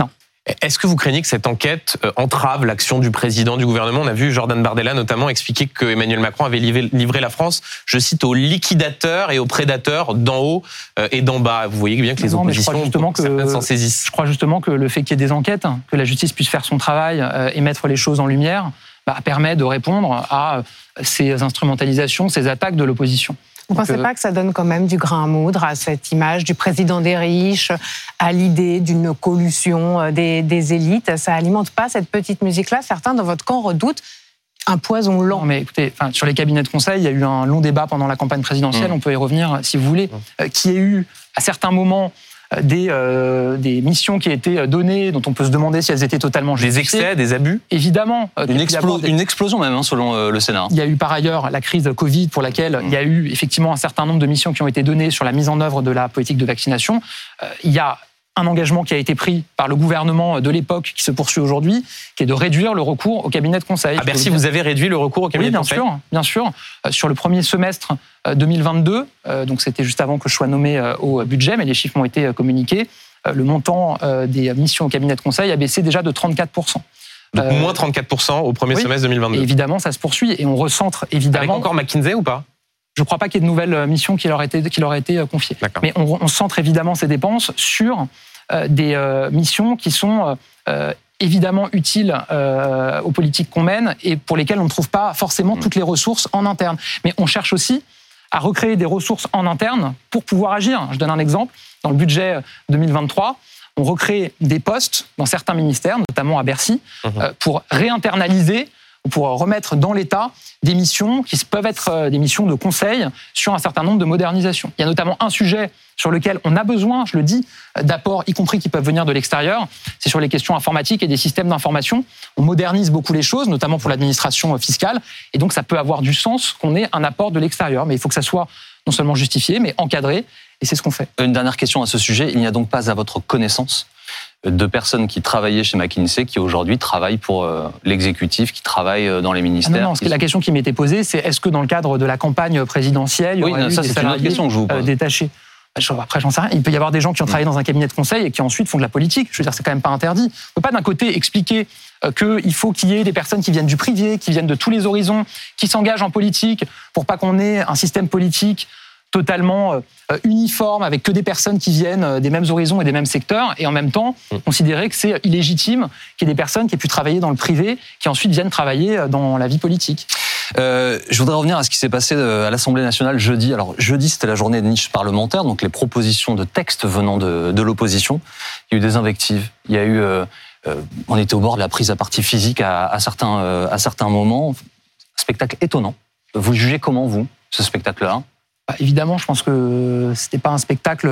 Est-ce que vous craignez que cette enquête entrave l'action du président du gouvernement ? On a vu Jordan Bardella notamment expliquer que Emmanuel Macron avait livré la France, je cite, aux liquidateurs et aux prédateurs d'en haut et d'en bas. Vous voyez bien que les non, oppositions, justement que, certaines s'en saisissent. Je crois justement que le fait qu'il y ait des enquêtes, que la justice puisse faire son travail et mettre les choses en lumière, bah, permet de répondre à ces instrumentalisations, ces attaques de l'opposition. Vous ne pensez euh... pas que ça donne quand même du grain à moudre à cette image du président des riches, à l'idée d'une collusion des, des élites? Ça alimente pas cette petite musique-là? Certains dans votre camp redoutent un poison lent. Non, mais écoutez, enfin, sur les cabinets de conseil, il y a eu un long débat pendant la campagne présidentielle, mmh. on peut y revenir si vous voulez, mmh. euh, qui a eu à certains moments Des, euh, des missions qui étaient données, dont on peut se demander si elles étaient totalement justifiées. Des excès, des abus ? Évidemment. Une, explo- une explosion même, hein, selon euh, le Sénat. Il y a eu par ailleurs la crise Covid, pour laquelle mmh. il y a eu effectivement un certain nombre de missions qui ont été données sur la mise en œuvre de la politique de vaccination. Euh, il y a un engagement qui a été pris par le gouvernement de l'époque, qui se poursuit aujourd'hui, qui est de réduire le recours au cabinet de conseil. À Bercy, vous avez réduit le recours au cabinet oui, de conseil ? Oui, bien sûr, bien sûr. Euh, sur le premier semestre deux mille vingt-deux, euh, donc c'était juste avant que je sois nommé euh, au budget, mais les chiffres m'ont été euh, communiqués, euh, le montant euh, des missions au cabinet de conseil a baissé déjà de trente-quatre pour cent. Donc euh, moins trente-quatre pour cent au premier oui, semestre deux mille vingt-deux. Et évidemment, ça se poursuit et on recentre évidemment... Avec encore McKinsey ou pas ? Je ne crois pas qu'il y ait de nouvelles missions qui leur aient été, qui leur aient été confiées. D'accord. Mais on, on centre évidemment ces dépenses sur euh, des euh, missions qui sont euh, évidemment utiles euh, aux politiques qu'on mène et pour lesquelles on ne trouve pas forcément mmh. toutes les ressources en interne. Mais on cherche aussi à recréer des ressources en interne pour pouvoir agir. Je donne un exemple. Dans le budget deux mille vingt-trois, on recrée des postes dans certains ministères, notamment à Bercy, mmh. euh, pour réinternaliser pour remettre dans l'État des missions qui peuvent être des missions de conseil sur un certain nombre de modernisations. Il y a notamment un sujet sur lequel on a besoin, je le dis, d'apports, y compris qui peuvent venir de l'extérieur, c'est sur les questions informatiques et des systèmes d'information. On modernise beaucoup les choses, notamment pour l'administration fiscale, et donc ça peut avoir du sens qu'on ait un apport de l'extérieur, mais il faut que ça soit non seulement justifié, mais encadré, et c'est ce qu'on fait. Une dernière question à ce sujet, il n'y a donc pas à votre connaissance de personnes qui travaillaient chez McKinsey qui aujourd'hui travaillent pour euh, l'exécutif, qui travaillent dans les ministères. Ah non, non, ce que la question qui m'était posée, c'est est-ce que dans le cadre de la campagne présidentielle, il y oui, aurait non, eu ça, des c'est une autre question que je vous pose. détachés? Après, j'en sais rien. Il peut y avoir des gens qui ont travaillé dans un cabinet de conseil et qui ensuite font de la politique. Je veux dire, c'est quand même pas interdit. On ne peut pas d'un côté expliquer qu'il faut qu'il y ait des personnes qui viennent du privé, qui viennent de tous les horizons, qui s'engagent en politique pour pas qu'on ait un système politique totalement uniforme, avec que des personnes qui viennent des mêmes horizons et des mêmes secteurs, et en même temps considérer que c'est illégitime qu'il y ait des personnes qui aient pu travailler dans le privé, qui ensuite viennent travailler dans la vie politique. Euh, je voudrais revenir à ce qui s'est passé à l'Assemblée nationale jeudi. Alors jeudi, c'était la journée de niche parlementaire, donc les propositions de textes venant de, de l'opposition. Il y a eu des invectives, il y a eu... Euh, euh, on était au bord de la prise à partie physique à, à, certains, euh, à certains moments. Un spectacle étonnant. Vous jugez comment, vous, ce spectacle-là ? Bah, évidemment, je pense que c'était pas un spectacle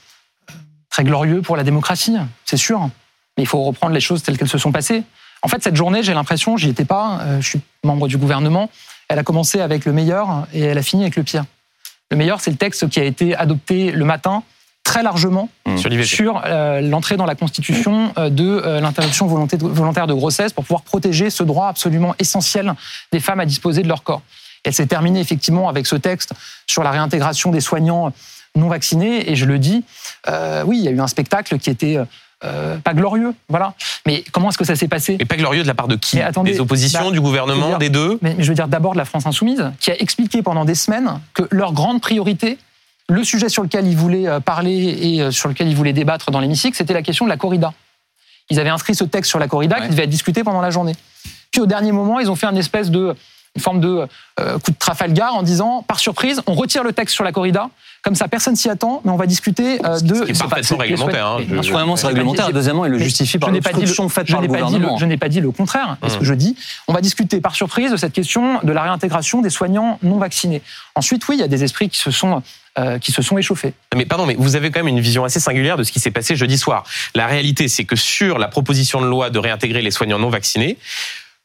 très glorieux pour la démocratie, c'est sûr. Mais il faut reprendre les choses telles qu'elles se sont passées. En fait, cette journée, j'ai l'impression, j'y étais pas, euh, je suis membre du gouvernement, elle a commencé avec le meilleur et elle a fini avec le pire. Le meilleur, c'est le texte qui a été adopté le matin, très largement, mmh. sur, sur euh, l'entrée dans la Constitution euh, de euh, l'interruption volontaire de grossesse pour pouvoir protéger ce droit absolument essentiel des femmes à disposer de leur corps. Elle s'est terminée effectivement avec ce texte sur la réintégration des soignants non vaccinés. Et je le dis, euh, oui, il y a eu un spectacle qui était euh, pas glorieux, voilà. Mais comment est-ce que ça s'est passé ? Et pas glorieux de la part de qui ? Attendez, des oppositions, bah, du gouvernement, dire, des deux ? Mais je veux dire d'abord de la France Insoumise, qui a expliqué pendant des semaines que leur grande priorité, le sujet sur lequel ils voulaient parler et sur lequel ils voulaient débattre dans l'hémicycle, c'était la question de la corrida. Ils avaient inscrit ce texte sur la corrida ouais. qui devait être discuté pendant la journée. Puis au dernier moment, ils ont fait une espèce de... une forme de euh, coup de Trafalgar en disant, par surprise, on retire le texte sur la corrida, comme ça personne s'y attend, mais on va discuter euh, de... Ce qui est parfaitement réglementaire. Hein, je... Premièrement, c'est réglementaire, deuxièmement, il le justifie par l'obstruction faite par le gouvernement. Je n'ai pas dit le contraire, c'est ce que je dis. On va discuter par surprise de cette question de la réintégration des soignants non vaccinés. Ensuite, oui, il y a des esprits qui se sont... Euh, qui se sont échauffés. Mais pardon, mais vous avez quand même une vision assez singulière de ce qui s'est passé jeudi soir. La réalité, c'est que sur la proposition de loi de réintégrer les soignants non vaccinés,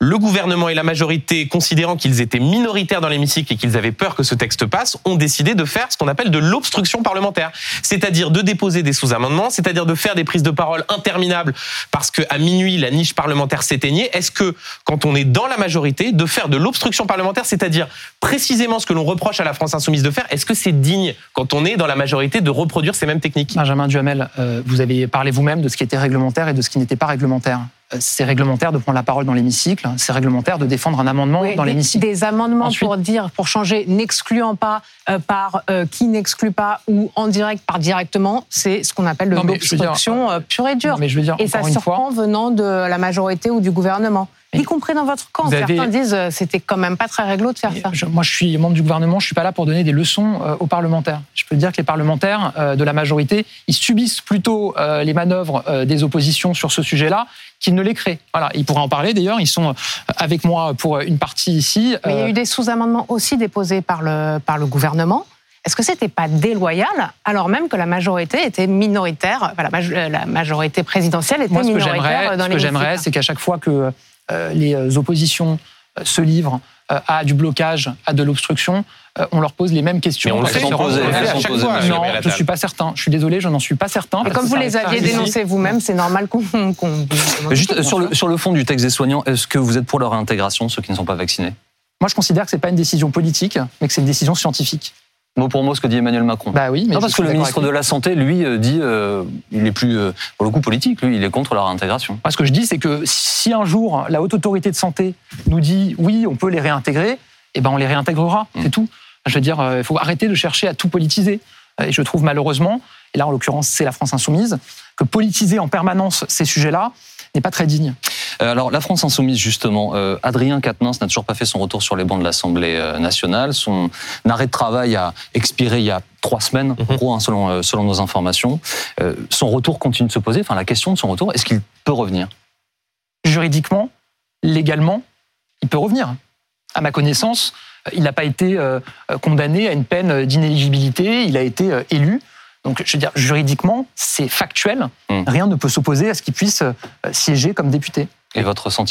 Le gouvernement et la majorité, considérant qu'ils étaient minoritaires dans l'hémicycle et qu'ils avaient peur que ce texte passe, ont décidé de faire ce qu'on appelle de l'obstruction parlementaire. C'est-à-dire de déposer des sous-amendements, c'est-à-dire de faire des prises de parole interminables parce qu'à minuit, la niche parlementaire s'éteignait. Est-ce que, quand on est dans la majorité, de faire de l'obstruction parlementaire, c'est-à-dire précisément ce que l'on reproche à la France Insoumise de faire, est-ce que c'est digne, quand on est dans la majorité, de reproduire ces mêmes techniques ? Benjamin Duhamel, euh, vous avez parlé vous-même de ce qui était réglementaire et de ce qui n'était pas réglementaire. C'est réglementaire de prendre la parole dans l'hémicycle, c'est réglementaire de défendre un amendement oui, dans des, l'hémicycle. Des amendements Ensuite, pour dire, pour changer, n'excluant pas euh, par euh, qui n'exclut pas ou en direct par directement, c'est ce qu'on appelle de l'obstruction euh, pure et dure. Non, mais je veux dire, et ça surprend fois, venant de la majorité ou du gouvernement. Y compris dans votre camp. Certains avez... disent que c'était quand même pas très réglo de faire ça. Je, moi, je suis membre du gouvernement, je suis pas là pour donner des leçons euh, aux parlementaires. Je peux dire que les parlementaires euh, de la majorité, ils subissent plutôt euh, les manœuvres euh, des oppositions sur ce sujet-là qu'ils ne les créent. Voilà, ils pourraient en parler d'ailleurs, ils sont avec moi pour une partie ici. Mais euh... il y a eu des sous-amendements aussi déposés par le, par le gouvernement. Est-ce que c'était pas déloyal, alors même que la majorité était minoritaire, enfin, la, la majorité présidentielle était moi, ce minoritaire dans les Ce que j'aimerais, c'est qu'à chaque fois que euh, les oppositions euh, se livrent euh, à du blocage, à de l'obstruction, euh, on leur pose les mêmes questions. Mais on le fait poser, à chaque fois. Non, je ne suis pas certain. Je suis désolé, je n'en suis pas certain. Et comme vous les aviez dénoncés vous-même, c'est normal qu'on... qu'on... Juste sur le, sur le fond du texte des soignants, est-ce que vous êtes pour leur réintégration, ceux qui ne sont pas vaccinés ? Moi, je considère que ce n'est pas une décision politique, mais que c'est une décision scientifique. Mot pour mot, ce que dit Emmanuel Macron. Bah oui, mais non, parce que le ministre de la Santé, lui, dit, euh, il est plus, euh, pour le coup, politique. Lui, il est contre leur intégration. Moi, ce que je dis, c'est que si un jour la Haute Autorité de Santé nous dit oui, on peut les réintégrer, eh ben on les réintégrera. Mmh. C'est tout. Je veux dire, il euh, faut arrêter de chercher à tout politiser. Et je trouve malheureusement, et là en l'occurrence c'est la France Insoumise, que politiser en permanence ces sujets-là n'est pas très digne. Alors la France Insoumise justement, euh, Adrien Quatennens n'a toujours pas fait son retour sur les bancs de l'Assemblée nationale. Son arrêt de travail a expiré il y a trois semaines, en gros, hein, selon, euh, selon nos informations. Euh, son retour continue de se poser, enfin la question de son retour, est-ce qu'il peut revenir ? Juridiquement, légalement, il peut revenir. À ma connaissance, il n'a pas été euh, condamné à une peine d'inéligibilité, il a été euh, élu. Donc, je veux dire, juridiquement, c'est factuel. Mmh. Rien ne peut s'opposer à ce qu'il puisse euh, siéger comme député. Et votre sentiment ?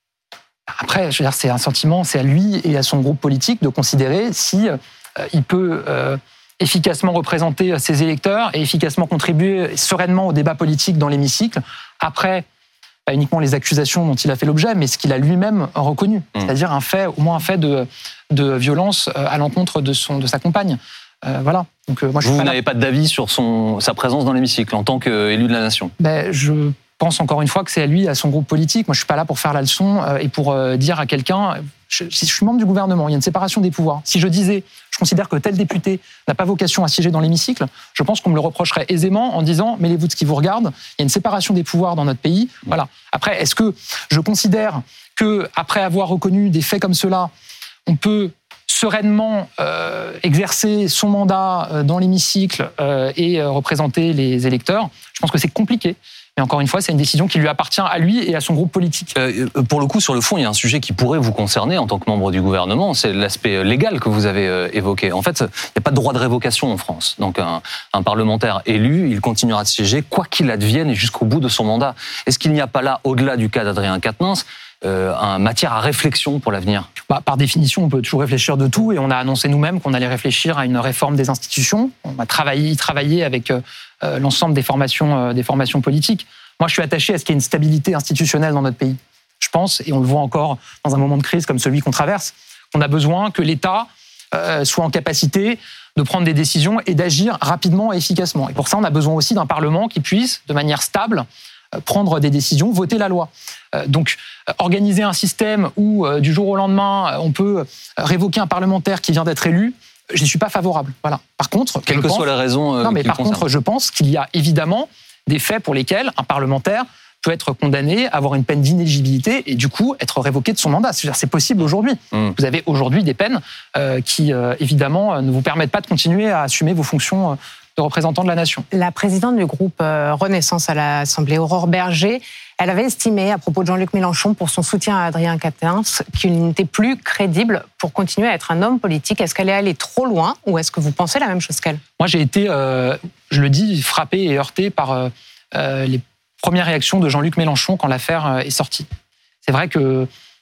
Après, je veux dire, c'est un sentiment, c'est à lui et à son groupe politique de considérer si euh, il peut euh, efficacement représenter ses électeurs et efficacement contribuer sereinement au débat politique dans l'hémicycle. Après, pas uniquement les accusations dont il a fait l'objet, mais ce qu'il a lui-même reconnu, mmh. c'est-à-dire un fait, au moins un fait de, de violence à l'encontre de, son, de sa compagne. Euh, voilà. Donc, euh, moi, je Vous, suis pas n'avez là. pas d'avis sur son, sa présence dans l'hémicycle en tant qu'élu de la nation ? Ben, je pense encore une fois que c'est à lui et à son groupe politique. Moi, je ne suis pas là pour faire la leçon euh, et pour euh, dire à quelqu'un... Je, je suis membre du gouvernement, il y a une séparation des pouvoirs. Si je disais, je considère que tel député n'a pas vocation à siéger dans l'hémicycle, je pense qu'on me le reprocherait aisément en disant « mêlez-vous de ce qui vous regarde, il y a une séparation des pouvoirs dans notre pays ». Voilà. Après, est-ce que je considère qu'après avoir reconnu des faits comme cela, on peut sereinement euh, exercer son mandat euh, dans l'hémicycle euh, et euh, représenter les électeurs? Je pense que c'est compliqué. Mais encore une fois, c'est une décision qui lui appartient à lui et à son groupe politique. Euh, pour le coup, sur le fond, il y a un sujet qui pourrait vous concerner en tant que membre du gouvernement, c'est l'aspect légal que vous avez euh, évoqué. En fait, il n'y a pas de droit de révocation en France. Donc un, un parlementaire élu, il continuera de siéger quoi qu'il advienne et jusqu'au bout de son mandat. Est-ce qu'il n'y a pas là, au-delà du cas d'Adrien Quatennens, euh, un matière à réflexion pour l'avenir? Bah, par définition, on peut toujours réfléchir de tout et on a annoncé nous-mêmes qu'on allait réfléchir à une réforme des institutions. On va travailler, travailler avec euh, l'ensemble des formations, euh, des formations politiques. Moi, je suis attaché à ce qu'il y ait une stabilité institutionnelle dans notre pays. Je pense, et on le voit encore dans un moment de crise comme celui qu'on traverse, qu'on a besoin que l'État euh, soit en capacité de prendre des décisions et d'agir rapidement et efficacement. Et pour ça, on a besoin aussi d'un Parlement qui puisse, de manière stable, euh, prendre des décisions, voter la loi. Euh, donc, euh, organiser un système où, euh, du jour au lendemain, on peut révoquer un parlementaire qui vient d'être élu, je n'y suis pas favorable. Voilà. Par contre, quelle que pense, soit la raison. Euh, non, mais par concerne. contre, je pense qu'il y a évidemment des faits pour lesquels un parlementaire peut être condamné, avoir une peine d'inéligibilité et du coup être révoqué de son mandat. C'est-à-dire, c'est possible aujourd'hui. Mmh. Vous avez aujourd'hui des peines euh, qui, euh, évidemment, ne vous permettent pas de continuer à assumer vos fonctions de représentant de la nation. La présidente du groupe Renaissance à l'Assemblée, Aurore Berger, elle avait estimé, à propos de Jean-Luc Mélenchon, pour son soutien à Adrien Quatennens, qu'il n'était plus crédible pour continuer à être un homme politique. Est-ce qu'elle est allée trop loin ou est-ce que vous pensez la même chose qu'elle ? Moi, j'ai été, euh, je le dis, frappé et heurté par euh, euh, les premières réactions de Jean-Luc Mélenchon quand l'affaire est sortie. C'est vrai que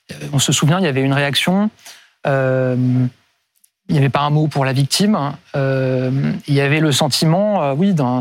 On se souvient, il y avait une réaction. Euh, il n'y avait pas un mot pour la victime. Euh, il y avait le sentiment, euh, oui, d'un,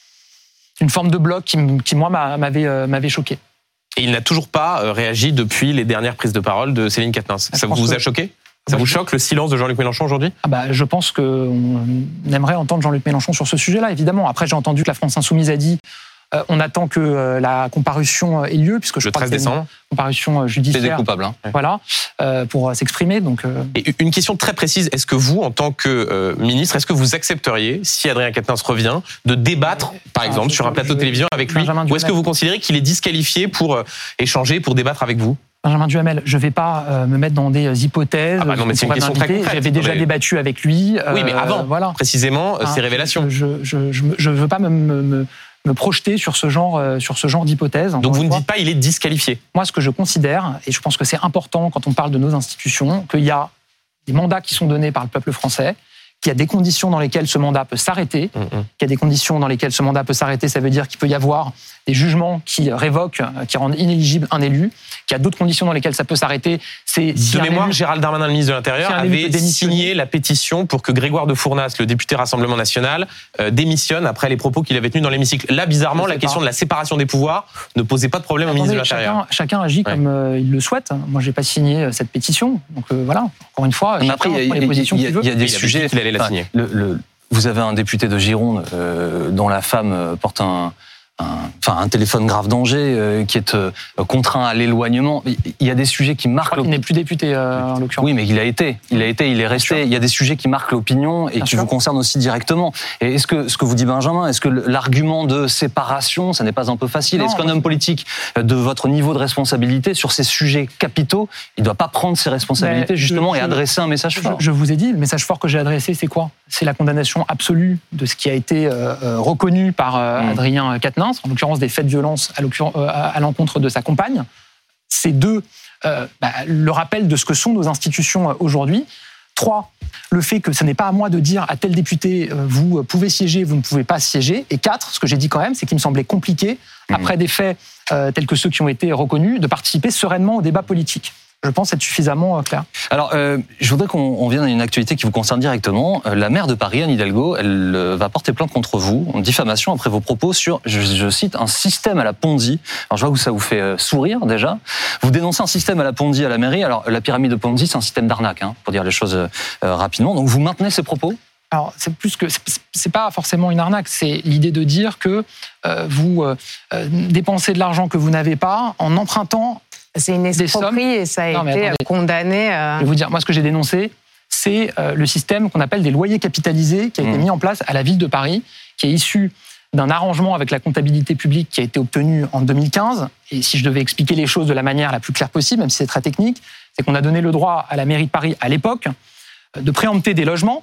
d'une forme de bloc qui, qui moi, m'avait, euh, m'avait choqué. Et il n'a toujours pas réagi depuis les dernières prises de parole de Céline Quatennens. Ça vous que... a choqué ? Ça vous choque le silence de Jean-Luc Mélenchon aujourd'hui ? ah bah, Je pense qu'on aimerait entendre Jean-Luc Mélenchon sur ce sujet-là, évidemment. Après, j'ai entendu que la France Insoumise a dit euh, on attend que euh, la comparution ait lieu, puisque je le crois treize décembre. Une comparution judiciaire. C'est des coupables. Hein. Voilà, euh, pour s'exprimer. Donc, euh... Et une question très précise, est-ce que vous, en tant que euh, ministre, est-ce que vous accepteriez, si Adrien Quatennens revient, de débattre, par exemple, ah, je, sur un plateau de télévision avec lui, ou est-ce que vous considérez qu'il est disqualifié pour euh, échanger, pour débattre avec vous ? Benjamin Duhamel, je ne vais pas euh, me mettre dans des hypothèses. Ah bah non, mais c'est une question très concrète. J'avais déjà mais... débattu avec lui. Euh, oui, mais avant, voilà. précisément, ah, ces révélations. Je ne je, je, je veux pas me, me, me projeter sur ce genre, euh, sur ce genre d'hypothèse. Donc vous ne dites pas il est disqualifié ? Moi, ce que je considère, et je pense que c'est important quand on parle de nos institutions, qu'il y a des mandats qui sont donnés par le peuple français, qu'il y a des conditions dans lesquelles ce mandat peut s'arrêter, mmh, mmh. qu'il y a des conditions dans lesquelles ce mandat peut s'arrêter, ça veut dire qu'il peut y avoir des jugements qui révoquent, qui rendent inéligible un élu, qu'il y a d'autres conditions dans lesquelles ça peut s'arrêter. C'est si de mémoire, élu, Gérald Darmanin, le ministre de l'Intérieur, si avait signé la pétition pour que Grégoire de Fournas, le député Rassemblement National, euh, démissionne après les propos qu'il avait tenus dans l'hémicycle. Là, bizarrement, la question pas. de la séparation des pouvoirs ne posait pas de problème Attendez, au ministre de l'Intérieur. Chacun, chacun agit ouais. comme euh, il le souhaite. Moi, j'ai pas signé cette pétition. Donc euh, voilà, encore une fois, mais après, il y a, les positions qu'il veut. Il y a des il sujets qu'il allait la signer. Le, le, vous avez un député de Gironde euh, dont la femme porte un, un, enfin, un téléphone grave danger, euh, qui est euh, contraint à l'éloignement. Il y a des sujets qui marquent... Il n'est plus député, euh, en l'occurrence. Oui, mais il a été. Il a été, il est resté. Il y a des sujets qui marquent l'opinion et Bien qui sûr. vous concernent aussi directement. Et est-ce que, ce que vous dit Benjamin, est-ce que l'argument de séparation, ça n'est pas un peu facile ? Non, est-ce qu'un homme politique de votre niveau de responsabilité, sur ces sujets capitaux, il ne doit pas prendre ses responsabilités, justement, je, et adresser un message fort ? Je, je vous ai dit, le message fort que j'ai adressé, c'est quoi ? C'est la condamnation absolue de ce qui a été euh, reconnu par euh, mmh. Adrien Quatennens, en l'occurrence des faits de violence à, euh, à l'encontre de sa compagne. C'est deux, euh, bah, le rappel de ce que sont nos institutions aujourd'hui. Trois, le fait que ce n'est pas à moi de dire à tel député, euh, vous pouvez siéger, vous ne pouvez pas siéger. Et quatre, ce que j'ai dit quand même, c'est qu'il me semblait compliqué, mmh. après des faits euh, tels que ceux qui ont été reconnus, de participer sereinement au débat politique. Je pense être suffisamment clair. Alors, euh, je voudrais qu'on on vienne à une actualité qui vous concerne directement. Euh, la maire de Paris, Anne Hidalgo, elle euh, va porter plainte contre vous en diffamation après vos propos sur, je, je cite, un système à la Ponzi. Alors, je vois que ça vous fait euh, sourire déjà. Vous dénoncez un système à la Ponzi à la mairie. Alors, la pyramide de Ponzi, c'est un système d'arnaque, hein, pour dire les choses euh, rapidement. Donc, vous maintenez ces propos ? Alors, c'est plus que c'est pas forcément une arnaque. C'est l'idée de dire que euh, vous euh, dépensez de l'argent que vous n'avez pas en empruntant. C'est une escroquerie et ça a non, été attendez. condamné. À... Je vais vous dire, moi, ce que j'ai dénoncé, c'est euh, le système qu'on appelle des loyers capitalisés qui a été mmh. mis en place à la ville de Paris, qui est issu d'un arrangement avec la comptabilité publique qui a été obtenu en deux mille quinze. Et si je devais expliquer les choses de la manière la plus claire possible, même si c'est très technique, c'est qu'on a donné le droit à la mairie de Paris, à l'époque, de préempter des logements,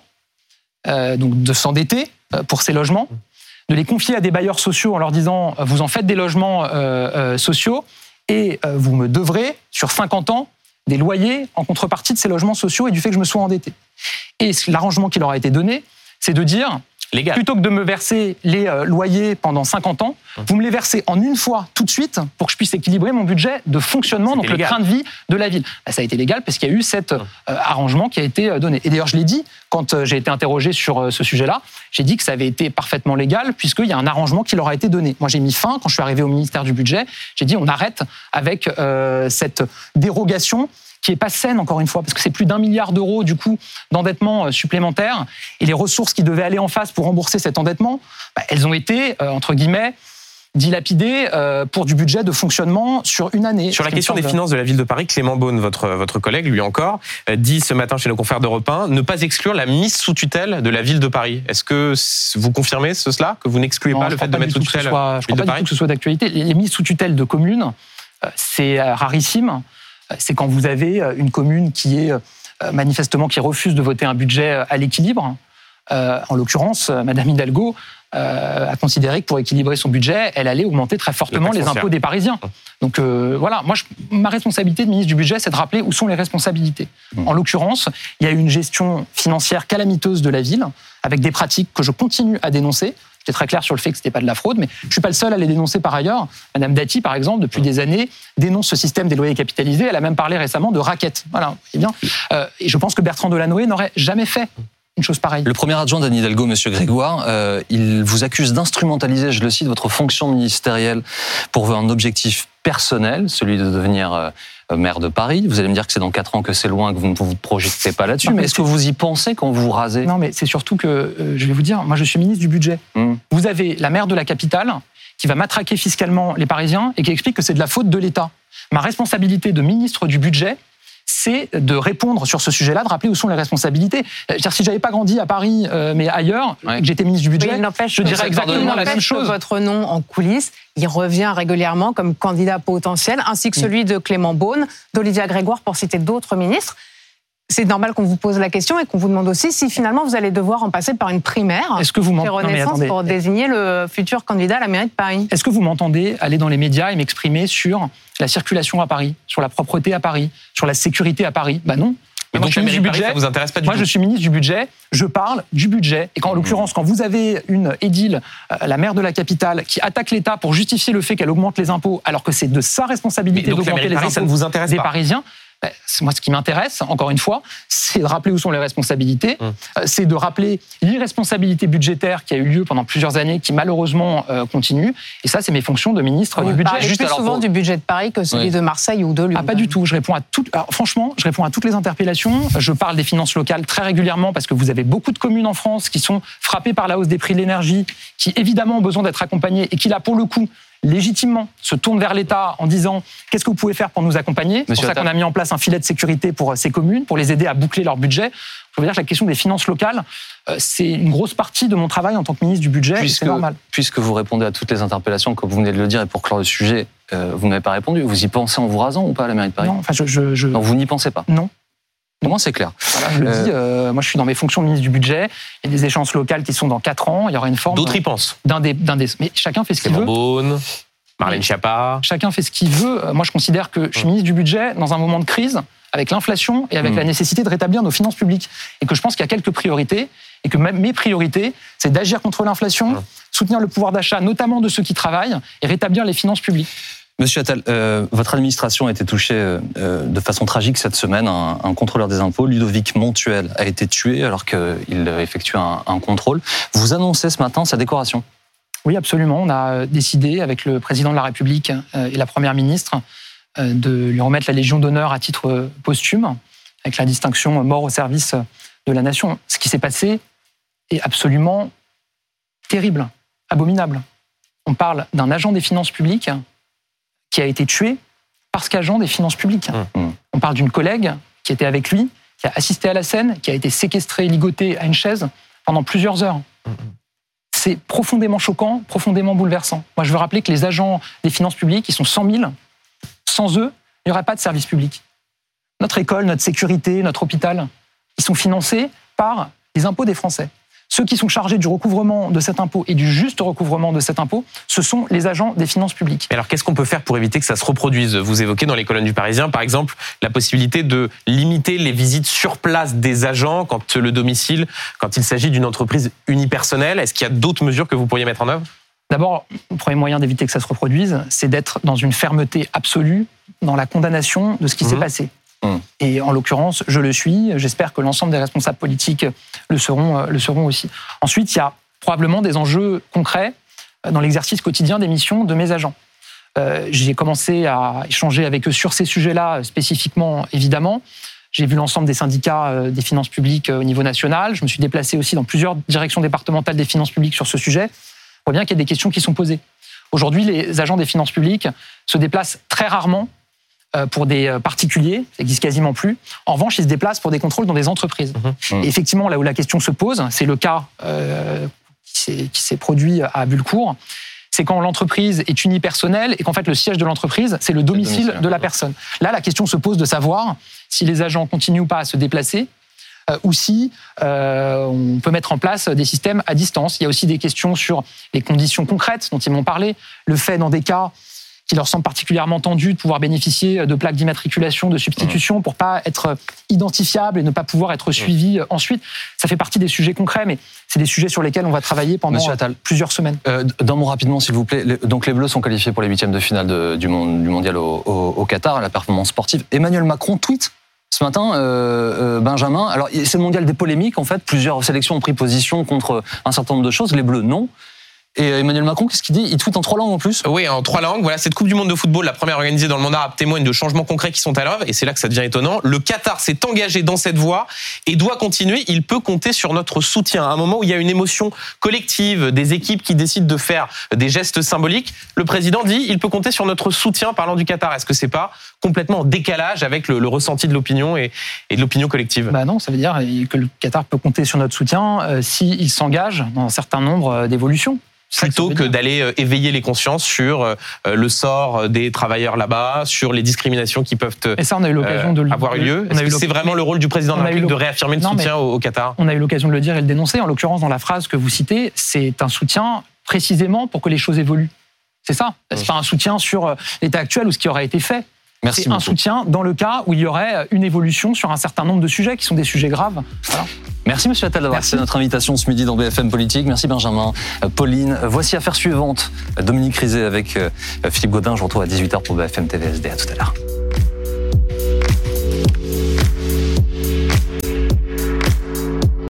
euh, donc de s'endetter euh, pour ces logements, de les confier à des bailleurs sociaux en leur disant « vous en faites des logements euh, euh, sociaux », et vous me devrez, sur cinquante ans, des loyers en contrepartie de ces logements sociaux et du fait que je me sois endetté. Et l'arrangement qui leur a été donné, c'est de dire, Légal. plutôt que de me verser les loyers pendant cinquante ans, vous me les versez en une fois, tout de suite, pour que je puisse équilibrer mon budget de fonctionnement, donc légal. le train de vie de la ville. Ben, ça a été légal parce qu'il y a eu cet euh, arrangement qui a été donné. Et d'ailleurs, je l'ai dit, quand j'ai été interrogé sur euh, ce sujet-là, j'ai dit que ça avait été parfaitement légal puisqu'il y a un arrangement qui leur a été donné. Moi, j'ai mis fin, quand je suis arrivé au ministère du Budget, j'ai dit on arrête avec euh, cette dérogation qui n'est pas saine, encore une fois, parce que c'est plus d'un milliard d'euros, du coup, d'endettement supplémentaire. Et les ressources qui devaient aller en face pour rembourser cet endettement, bah, elles ont été, euh, entre guillemets, dilapidées euh, pour du budget de fonctionnement sur une année. Sur la question des finances de la ville de Paris, Clément Beaune, votre, votre collègue, lui encore, euh, dit ce matin chez nos confrères d'Europe un, ne pas exclure la mise sous tutelle de la ville de Paris. Est-ce que vous confirmez cela, que vous n'excluez non, pas le fait de mettre sous tutelle la ville de Paris ? Je ne crois pas du tout que ce soit d'actualité. Les mises sous tutelle de communes, euh, c'est rarissime. C'est quand vous avez une commune qui est manifestement qui refuse de voter un budget à l'équilibre. Euh, en l'occurrence, Madame Hidalgo euh, a considéré que pour équilibrer son budget, elle allait augmenter très fortement les impôts des Parisiens. Donc euh, voilà, moi, je, ma responsabilité de ministre du Budget, c'est de rappeler où sont les responsabilités. Mmh. En l'occurrence, il y a eu une gestion financière calamiteuse de la ville, avec des pratiques que je continue à dénoncer, J'étais très clair sur le fait que c'était pas de la fraude, mais je suis pas le seul à les dénoncer par ailleurs. Madame Dati, par exemple, depuis des années, dénonce ce système des loyers capitalisés. Elle a même parlé récemment de raquettes. Voilà, c'est bien. Euh, et je pense que Bertrand Delanoë n'aurait jamais fait une chose pareille. Le premier adjoint d'Anne Hidalgo, M. Grégoire, euh, il vous accuse d'instrumentaliser, je le cite, votre fonction ministérielle pour un objectif personnel, celui de devenir euh, maire de Paris. Vous allez me dire que c'est dans quatre ans, que c'est loin, que vous ne vous projetez pas là-dessus. Non, mais, mais est-ce que vous y pensez quand vous rasez ? Non, mais c'est surtout que, euh, je vais vous dire, moi je suis ministre du budget. Mmh. Vous avez la maire de la capitale qui va matraquer fiscalement les Parisiens et qui explique que c'est de la faute de l'État. Ma responsabilité de ministre du budget, c'est de répondre sur ce sujet-là, de rappeler où sont les responsabilités. C'est-à-dire, si j'avais pas grandi à Paris, euh, mais ailleurs, ouais. que j'étais ministre du budget, je dirais exactement la même chose. Votre nom en coulisses, il revient régulièrement comme candidat potentiel, ainsi que celui de Clément Beaune, d'Olivia Grégoire, pour citer d'autres ministres. C'est normal qu'on vous pose la question et qu'on vous demande aussi si finalement vous allez devoir en passer par une primaire. Est-ce que vous m'entendez pour désigner le futur candidat à la mairie de Paris. Est-ce que vous m'entendez aller dans les médias et m'exprimer sur la circulation à Paris, sur la propreté à Paris, sur la sécurité à Paris ? Ben non. Mais moi, donc je suis la mairie ministre du de Paris, budget. Ça vous intéresse pas du moi, tout. je suis ministre du budget. Je parle du budget. Et quand, en l'occurrence, quand vous avez une édile, euh, la maire de la capitale, qui attaque l'État pour justifier le fait qu'elle augmente les impôts, alors que c'est de sa responsabilité d'augmenter les Paris, impôts ça ne vous intéresse des pas. Parisiens. Ben, moi, ce qui m'intéresse, encore une fois, c'est de rappeler où sont les responsabilités, Hum. c'est de rappeler l'irresponsabilité budgétaire qui a eu lieu pendant plusieurs années, qui malheureusement euh, continue. Et ça, c'est mes fonctions de ministre oui, du budget. Juste plus souvent pour... du budget de Paris que celui oui. de Marseille ou de Lyon. Ah, pas du tout. Je réponds à toutes. Alors, franchement, je réponds à toutes les interpellations. Je parle des finances locales très régulièrement parce que vous avez beaucoup de communes en France qui sont frappées par la hausse des prix de l'énergie, qui évidemment ont besoin d'être accompagnées et qui là, pour le coup, légitimement, se tournent vers l'État en disant « Qu'est-ce que vous pouvez faire pour nous accompagner ?» C'est pour ça qu'on a mis en place un filet de sécurité pour ces communes, pour les aider à boucler leur budget. Je veux dire que la question des finances locales, c'est une grosse partie de mon travail en tant que ministre du budget, puisque, c'est normal. Puisque vous répondez à toutes les interpellations, comme vous venez de le dire, et pour clore le sujet, euh, vous n'avez pas répondu. Vous y pensez en vous rasant ou pas à la mairie de Paris ? Non, enfin, je, je, je... non, vous n'y pensez pas ? Non. Au moins, c'est clair. Voilà, je le euh... dis, euh, moi je suis dans mes fonctions de ministre du budget, il y a des échéances locales qui sont dans quatre ans, il y aura une forme... D'autres y pensent. D'un des, d'un des... Mais chacun fait ce qu'il veut. Beaune. Marlène Schiappa. Chacun fait ce qu'il veut. Moi, je considère que je suis ministre du budget dans un moment de crise, avec l'inflation et avec mmh. la nécessité de rétablir nos finances publiques. Et que je pense qu'il y a quelques priorités, et que même mes priorités, c'est d'agir contre l'inflation, mmh. soutenir le pouvoir d'achat, notamment de ceux qui travaillent, et rétablir les finances publiques. Monsieur Attal, euh, votre administration a été touchée euh, de façon tragique cette semaine. Un, un contrôleur des impôts, Ludovic Montuel, a été tué alors qu'il effectuait un, un contrôle. Vous annoncez ce matin sa décoration. Oui, absolument. On a décidé, avec le président de la République et la première ministre, de lui remettre la Légion d'honneur à titre posthume, avec la distinction mort au service de la nation. Ce qui s'est passé est absolument terrible, abominable. On parle d'un agent des finances publiques qui a été tué parce qu'agent des finances publiques. Mmh. On parle d'une collègue qui était avec lui, qui a assisté à la scène, qui a été séquestrée, ligotée à une chaise pendant plusieurs heures. Mmh. C'est profondément choquant, profondément bouleversant. Moi, je veux rappeler que les agents des finances publiques, ils sont cent mille. Sans eux, il n'y aurait pas de service public. Notre école, notre sécurité, notre hôpital, ils sont financés par les impôts des Français. Ceux qui sont chargés du recouvrement de cet impôt et du juste recouvrement de cet impôt, ce sont les agents des finances publiques. Mais alors, qu'est-ce qu'on peut faire pour éviter que ça se reproduise ? Vous évoquez dans les colonnes du Parisien, par exemple, la possibilité de limiter les visites sur place des agents quand le domicile, quand il s'agit d'une entreprise unipersonnelle. Est-ce qu'il y a d'autres mesures que vous pourriez mettre en œuvre ? D'abord, le premier moyen d'éviter que ça se reproduise, c'est d'être dans une fermeté absolue dans la condamnation de ce qui mmh. s'est passé. Mmh. Et en l'occurrence, je le suis. J'espère que l'ensemble des responsables politiques le seront, le seront aussi. Ensuite, il y a probablement des enjeux concrets dans l'exercice quotidien des missions de mes agents. Euh, j'ai commencé à échanger avec eux sur ces sujets-là spécifiquement, évidemment. J'ai vu l'ensemble des syndicats des finances publiques au niveau national. Je me suis déplacé aussi dans plusieurs directions départementales des finances publiques sur ce sujet. On voit bien qu'il y a des questions qui sont posées. Aujourd'hui, les agents des finances publiques se déplacent très rarement pour des particuliers, ça n'existe quasiment plus. En revanche, ils se déplacent pour des contrôles dans des entreprises. Mmh. Et effectivement, là où la question se pose, c'est le cas euh, qui, s'est, qui s'est produit à Bulcourt, c'est quand l'entreprise est unipersonnelle et qu'en fait le siège de l'entreprise, c'est le domicile, le domicile de la personne. Là, la question se pose de savoir si les agents continuent ou pas à se déplacer, euh, ou si euh, on peut mettre en place des systèmes à distance. Il y a aussi des questions sur les conditions concrètes dont ils m'ont parlé. Le fait, dans des cas qui leur semble particulièrement tendu de pouvoir bénéficier de plaques d'immatriculation, de substitution, pour pas être identifiable et ne pas pouvoir être suivi ensuite. Ça fait partie des sujets concrets, mais c'est des sujets sur lesquels on va travailler pendant plusieurs semaines. Euh, d'un mot rapidement, s'il vous plaît. Les, donc les Bleus sont qualifiés pour les huitièmes de finale de, du, monde, du mondial au, au, au Qatar, à la performance sportive. Emmanuel Macron tweet ce matin, euh, euh, Benjamin. Alors c'est le mondial des polémiques en fait. Plusieurs sélections ont pris position contre un certain nombre de choses. Les Bleus, non. Et Emmanuel Macron, qu'est-ce qu'il dit? Il tweet en trois langues en plus. Oui, en trois langues. Voilà, cette Coupe du Monde de football, la première organisée dans le monde arabe, témoigne de changements concrets qui sont à l'œuvre. Et c'est là que ça devient étonnant. Le Qatar s'est engagé dans cette voie et doit continuer. Il peut compter sur notre soutien. À un moment où il y a une émotion collective, des équipes qui décident de faire des gestes symboliques, le président dit il peut compter sur notre soutien parlant du Qatar. Est-ce que c'est pas complètement en décalage avec le, le ressenti de l'opinion et, et de l'opinion collective? Bah non, ça veut dire que le Qatar peut compter sur notre soutien euh, s'il s'engage dans un certain nombre d'évolutions. Plutôt que d'aller éveiller les consciences sur le sort des travailleurs là-bas, sur les discriminations qui peuvent Et ça, on a eu l'occasion de le... avoir eu lieu. Est-ce que c'est vraiment le rôle du président de la République de réaffirmer le non, soutien au Qatar? On a eu l'occasion de le dire et de le dénoncer. En l'occurrence, dans la phrase que vous citez, c'est un soutien précisément pour que les choses évoluent. C'est ça. C'est pas un soutien sur l'état actuel ou ce qui aurait été fait. Merci c'est beaucoup. Un soutien dans le cas où il y aurait une évolution sur un certain nombre de sujets qui sont des sujets graves. Voilà. Merci Monsieur Attal d'avoir accepté notre invitation ce midi dans B F M Politique. Merci Benjamin, Pauline. Voici Affaire suivante. Dominique Rizet avec Philippe Gaudin. Je vous retrouve à dix-huit heures pour B F M T V S D. À tout à l'heure.